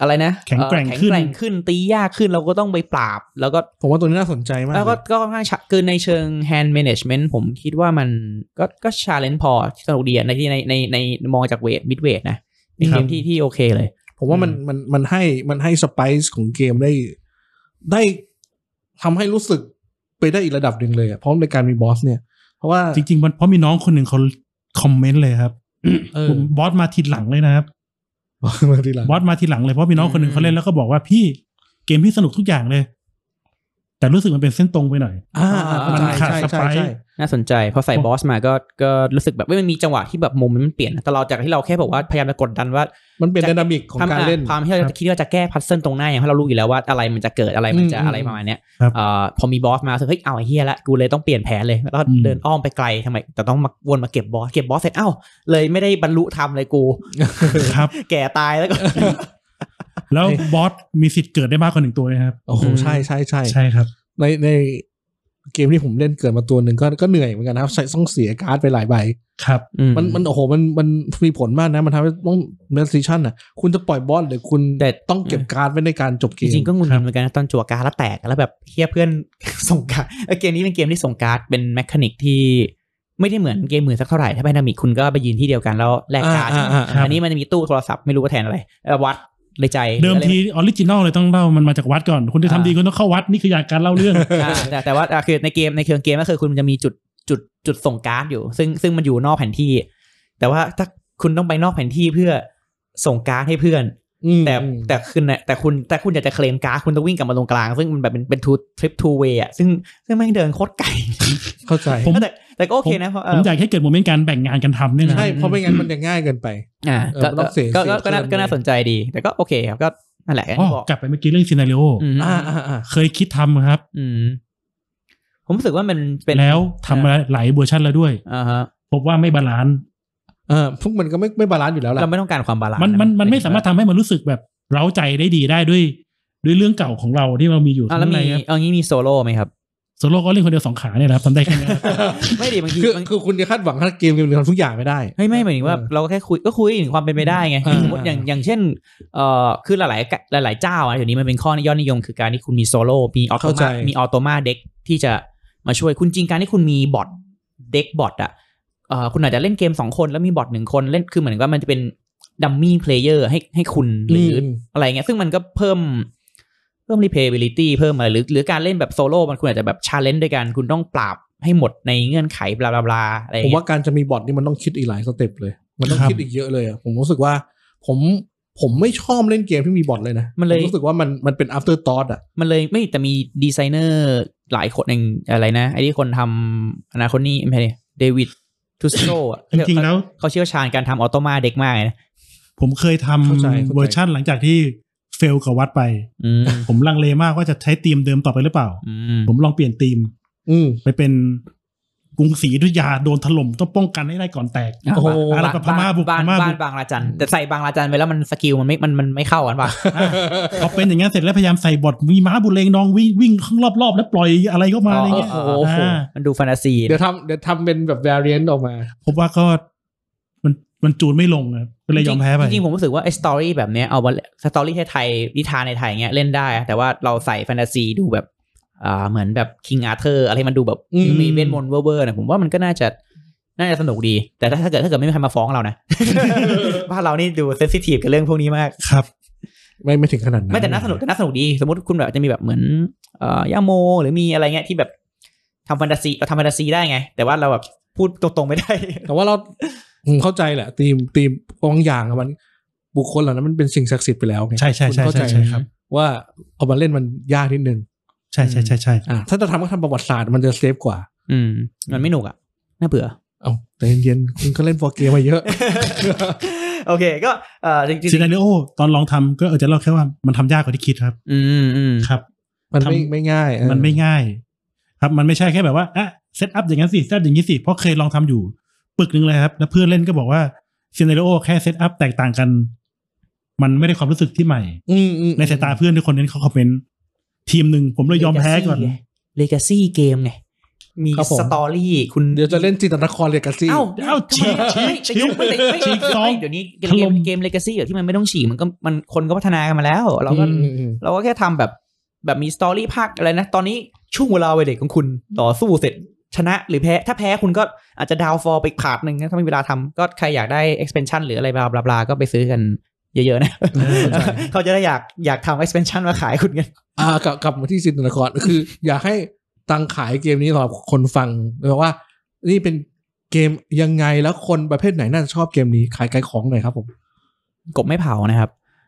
อะไรนะแข็งแกร่งขึ้นตียากขึ้นเราก็ต้องไปปราบแล้วก็ผมว่าตัวนี้น่าสนใจมากแล้วก็ค่อนข้างคือในเชิง hand management ผมคิดว่ามันก็ challenge พอที่สนุกดีในมองจากเวท mid weight นะเป็นเกมที่โอเคเลยผมว่ามันให้สไปซ์ของเกมได้ทำให้รู้สึกไปได้อีกระดับหนึ่งเลยอ่ะเพราะในการมีบอสเนี่ยเพราะว่าจริงๆเพราะมีน้องคนหนึ่งเขาคอมเมนต์เลยครับบอสมาทีหลังเลยนะครับบอสมาทีหลังเลยเพราะมีน้องคนหนึ่งเขาเล่นแล้วก็บอกว่าพี่เกมพี่สนุกทุกอย่างเลยแต่รู้สึกมันเป็นเส้นตรงไปหน่อยมันขาดสไปซ์น่าสนใจพอใส่บอสมาก็รู้สึกแบบมันมีจังหวะที่แบบมุมมันเปลี่ยนแต่เราจากที่เราแค่บอกว่าพยายามจะกดดันว่ามันเป็นไดนามิกของการเล่นความที่เราคิดว่าจะแก้พัซเซิลตรงหน้าอย่างที่เรารู้อยู่แล้วว่าอะไรมันจะเกิดอะไรมันจะอะไรประมาณเนี้ยพอมีบอสมาเฮ้ยเอาไอ้เหี้ยละกูเลยต้องเปลี่ยนแผนเลยแล้วเดินอ้อมไปไกลทำไมแต่ต้องมาวนมาเก็บบอสเสร็จเลยไม่ได้บรรลุธรรมเลยกูครับแก่ตายแล้วก็แล้วบอสมีสิทธิ์เกิดได้มากกว่า1ตัวนะครับโอ้โหใช่ครับในเกมที่ผมเล่นเกิดมาตัวหนึ่งก็เหนื่อยเหมือนกันนะครับต้องเสียการ์ดไปหลายใบครับมันโอ้โหมันมีผลมากนะมันทำให้ต้องเมสซิชั่นอ่ะคุณจะปล่อยบอสหรือคุณต้องเก็บการ์ดไว้ในการจบเกมจริงๆก็งุนงิดเหมือนกันนะตอนจั่วการ์ดแล้วแตกแล้วแบบเฮียเพื่อนส่งการ์ดเกมนี้เป็นเกมที่ส่งการ์ดเป็นแมคานิกที่ไม่ได้เหมือนเกมมือสักเท่าไหร่ถ้าไดนามิกคุณก็ไปยืนที่เดียวกันแล้วแลกการ์ดอันนี้มันจะมีตู้โทรศัพท์ไม่รู้ว่าแทนอะไรวัดในใจเดิมทีออริจินอลเลยต้องเล่ามันมาจากวัดก่อนคุณจะทำดีคุณต้องเข้าวัดนี่คืออย่างการเล่าเรื่องแต่ว่าคือในเกมก็คือคุณจะมีจุดส่งการ์ดอยู่ซึ่งมันอยู่นอกแผนที่แต่ว่าถ้าคุณต้องไปนอกแผนที่เพื่อส่งการ์ดให้เพื่อนแต่คุณอยากจะเคลมการ์ดคุณต้องวิ่งกลับมาตรงกลางซึ่งมันแบบเป็นทริปทูเวย์อ่ะซึ่งแม่งเดินโคตรไกลเข้าใจแต่ก็โอเคนะผมอยากให้เกิดโมเมนต์การแบ่งงานกันทำเนี่ยนะใช่เพราะไม่งั้นมันจะง่ายเกินไปก็น่าสนใจดีแต่ก็โอเคครับก็นั่นแหละกลับไปเมื่อกี้เรื่องซีนาริโอเคยคิดทำครับผมรู้สึกว่ามันเป็นแล้วทำมาหลายเวอร์ชันแล้วด้วยพบว่าไม่บาลานซ์พวกมันก็ไม่บาลานซ์อยู่แล้วแหละเราไม่ต้องการความบาลานซ์มันไม่สามารถทำให้มันรู้สึกแบบเร้าใจได้ดีได้ด้วยเรื่องเก่าของเราที่เรามีอยู่แล้วมีเอางี้มีโซโล่ไหมครับโซโล่ก็เล่นคนเดียว2ขาเนี่ยนะครับทำได้แค่นี้ไม่ดีบางทีคือคุณจะคาดหวังถ้าเกมทำทุกอย่างไม่ได้ไม่หมายถึงว่าเราแค่คุยถึงความเป็นไปได้ไงสมมติอย่างเช่นคือหลายเจ้าเดี๋ยวนี้มันเป็นข้อยอดนิยมคือการที่คุณมีโซโล่มีออโตมาเด็กที่จะมาช่วยคุณจริงการที่คุณมีบอทเด็กบอทอ่ะคุณอาจจะเล่นเกม2คนแล้วมีบอท1คนเล่นคือเหมือนว่ามันจะเป็นดัมมี่เพลเยอร์ให้คุณหรืออะไรเงี้ยซึ่งมันก็เพิ่ม replayability เพิ่มอะไรหรือการเล่นแบบโซโล่มันคุณอาจจะแบบ challenge ด้วยกันคุณต้องปราบให้หมดในเงื่อนไขบลาบลาอะไรผมว่าการจะมีบอทนี่มันต้องคิดอีกหลายสเต็ปเลยมันต้องคิดอีกเยอะเลยอ่ะผมรู้สึกว่าผมไม่ชอบเล่นเกมที่มีบอทเลยนะมันเลยรู้สึกว่ามันเป็น after thought อ่ะมันเลยไม่แต่มีดีไซเนอร์หลายคนอย่างอะไรนะไอ้ที่คนทำอนาคตนี่ไม่ใช่เดวิดทูสโตอ่ะจริงๆแล้วเขาเชี่ยวชาญการทำออโตมาเด็กมากนะผมเคยทำเวอร์ชันหลังจากที่เฟลกับวัดไปผมลังเลมากว่าจะใช้ธีมเดิมต่อไปหรือเปล่าผมลองเปลี่ยนธีมไปเป็นกรุงศรีอยุธยาโดนถล่มต้องป้องกันให้ได้ก่อนแตกโอ้โหอะไรแบบพม่าบุกบ้านบางระจันแต่ใส่บางระจันไปแล้วมันสกิลมันไม่เข้ากันป่ะพอเป็นอย่างงั้นเสร็จแล้วพยายามใส่บทมีม้าบุเรงนองวิ่งข้างรอบๆแล้วปล่อยอะไรเข้ามาอะไรเงี้ยโอ้โหมันดูแฟนตาซีเดี๋ยวทำเป็นแบบ variant ออกมาผมว่าก็มันจูนไม่ลงนะก็เลยยอมแพ้ไปจริงๆผมรู้สึกว่าไอ้สตอรี่แบบเนี้ยเอาสตอรี่ไทยนิทานในไทยเงี้ยเล่นได้แต่ว่าเราใส่แฟนตาซีดูแบบเหมือนแบบคิงอาร์เธอร์อะไรมันดูแบบมีเวทมนต์เวอร์ๆนะผมว่ามันก็น่าจะสนุกดีแต่ถ้าเกิดไม่มีใครมาฟ้องเรานะบ้านเรานี่ดูเซนซิทีฟกับเรื่องพวกนี้มากครับไม่ถึงขนาดนั้นไม่แต่น่าสนุกดีสมมติคุณแบบจะมีแบบเหมือนย่าโมหรือมีอะไรเงี้ยที่แบบทำแฟนตาซีได้ไงแต่ว่าเราแบบพูดตรงๆไม่ได้แต่ว่าเราเข้าใจแหละทีมบางอย่างมันบุคคลเหล่านั้นมันเป็นสิ่งศักดิ์สิทธิ์ไปแล้วไงใช่เข้าใจครับว่าเอามาเล่นมันยากนิดนึงใช่ถ้าจะทำก็ทำประวัติศาสตร์มันจะเซฟกว่ามันไม่หนุกอ่ะน่าเบื่อแต่เย็นๆคุณก็เล่นฟอร์เกมมาเยอะโอเคก็จริงๆซีนาริโอตอนลองทำก็จะเล่าแค่ว่ามันทำยากกว่าที่คิดครับครับมันไม่ง่ายมันไม่ง่ายครับมันไม่ใช่แค่แบบว่าเซตอัพอย่างนั้นสิเซตอย่างนี้สิเพราะเคยลองทำอยู่ปึกนึงเลยครับแล้วเพื่อนเล่นก็บอกว่าซีนาริโอแค่เซตอัพแตกต่างกันมันไม่ได้ความรู้สึกที่ใหม่ในสายตาเพื่อนทุกคนนั้นเขาคอมเมนต์ทีมหนึ่งผมเลยยอมแพ้ก่อน Legacy เกมไงมีครับผมสตอรี่คุณเดี๋ยวจะเล่นจินตนครเลกาซี่เอ้าฉีกจะยุบไม่ได้ฉีกซองเดี๋ยวนี้ถล่มเกมเลกาซี่ที่มันไม่ต้องฉีกมันคนก็พัฒนากันมาแล้วเราก็แค่ทำแบบมีสตอรี่ภาคอะไรนะตอนนี้ช่วงเวลาวัยเด็กของคุณต่อสู้เสร็จชนะหรือแพ้ถ้าแพ้คุณก็อาจจะดาวฟอลไปอีกพาร์ทนึงถ้ามีเวลาทำก็ใครอยากได้ expansion หรืออะไรบลาๆก็ไปซื้อกันเยอะๆนะ เขาจะได้อยากทำ expansion มาขายคุณกันกลับมาที่จินตนครคือ อยากให้ตังขายเกมนี้สำหรับคนฟังเลยว่านี่เป็นเกมยังไงแล้วคนประเภทไหนน่าจะชอบเกมนี้ขายของหน่อยครับผมกบไม่เผานะครับ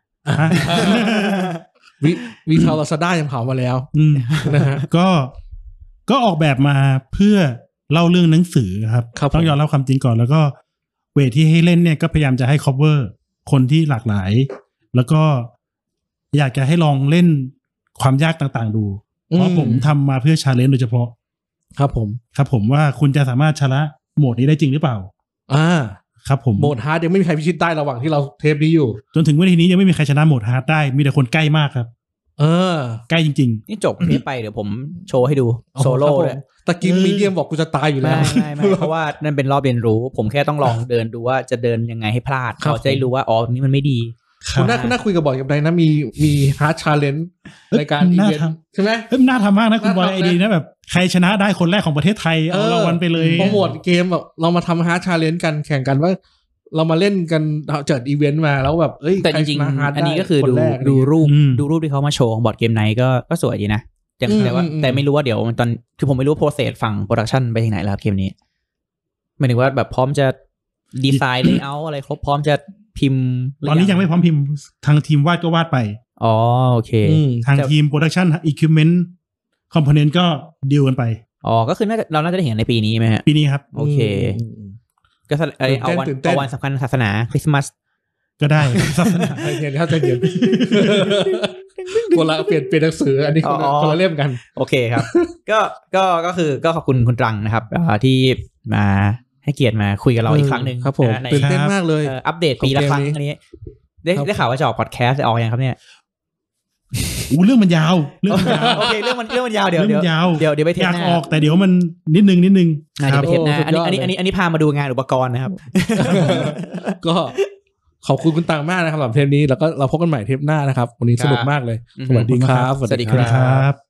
วีทาลาซาด้ายังเผามาแล้วนะฮะก็ออกแบบมาเพื่อเล่าเรื่องหนังสือครับต้องยอมรับความจริงก่อนแล้วก็เวทที่ให้เล่นเนี่ยก็พยายามจะให้ cover คนที่หลากหลายแล้วก็อยากจะให้ลองเล่นความยากต่างๆดูเพราะผมทำมาเพื่อ challenge โดยเฉพาะครับผมว่าคุณจะสามารถชนะโหมดนี้ได้จริงหรือเปล่าครับผมโหมดฮาร์ดยังไม่มีใครพิชิตได้ระหว่างที่เราเทปนี้อยู่จนถึงวันนี้ยังไม่มีใครชนะโหมดฮาร์ดได้มีแต่คนใกล้มากครับใกล้จริงๆนี่จบเทปไปเดี๋ยวผมโชว์ให้ดูโซโล่เลยตะกี้มีเดียมบอกกูจะตายอยู่แล้วไม่เพราะว่านั่นเป็นรอบเรียนรู้ผมแค่ต้องลองเดินดูว่าจะเดินยังไงให้พลาดเขาจะได้รู้ว่าอ๋อนี่มันไม่ดีคุณน่าคุยกับบอยกับใดนะมีฮาร์ดชาเลนจ์รายการอีเวนต์ใช่ไหมน่าทำมากนะคุณบอยไอดีนะแบบใครชนะได้คนแรกของประเทศไทยเอารางวัลไปเลยโปรโมทเกมแบบเรามาทำฮาร์ดชาเลนจ์กันแข่งกันว่าเรามาเล่นกันจัดอีเวนต์มาแล้วแบบแต่จริงๆอันนี้ก็คือดูรูปที่เขามาโชว์ของบอร์ดเกมไนท์ก็สวยดีนะแต่ไม่รู้ว่าเดี๋ยวตอนคือผมไม่รู้โปรเซสฝั่งโปรดักชันไปถึงไหนแล้วครับเกมนี้หมายถึงว่าแบบพร้อมจะดีไซน์เลเยอร์อะไรครบพร้อมจะพิมพ์ตอนนี้ยังไม่พร้อมพิมพ์ทางทีมวาดก็วาดไปอ๋อโอเคทางทีมโปรดักชันอิควิปเมนต์คอมโพเนนต์ก็ดีลกันไปอ๋อก็คือเราน่าจะได้เห็นในปีนี้ไหมฮะปีนี้ครับโอเคก็เอาวันสำคัญศาสนาคริสต์มาสก็ได้ศาสนาใจเย็นครับใจเย็นคนละเปลี่ยนหนังสืออันนี้คนละเล่มกันโอเคครับก็คือก็ขอบคุณคุณตรังนะครับที่มาให้เกียรติมาคุยกับเราอีกครั้งหนึ่งครับผมตื่นเต้นมากเลยอัปเดตปีละครั้งอันนี้ได้ข่าวว่าจะออกพอดแคสต์จะออกยังครับเนี่ยเรื่องมันยาวโอเคเรื่องมันยาวเดี๋ยวไปเทปหน้าอยากออกแต่เดี๋ยวมันนิดนึงเดี๋ยวไปเทปหน้าอันนี้พามาดูงานอุปกรณ์นะครับก็ขอบคุณคุณตังมากนะครับสำหรับเทปนี้แล้วก็เราพบกันใหม่เทปหน้านะครับวันนี้สนุกมากเลยสวัสดีครับสวัสดีครับ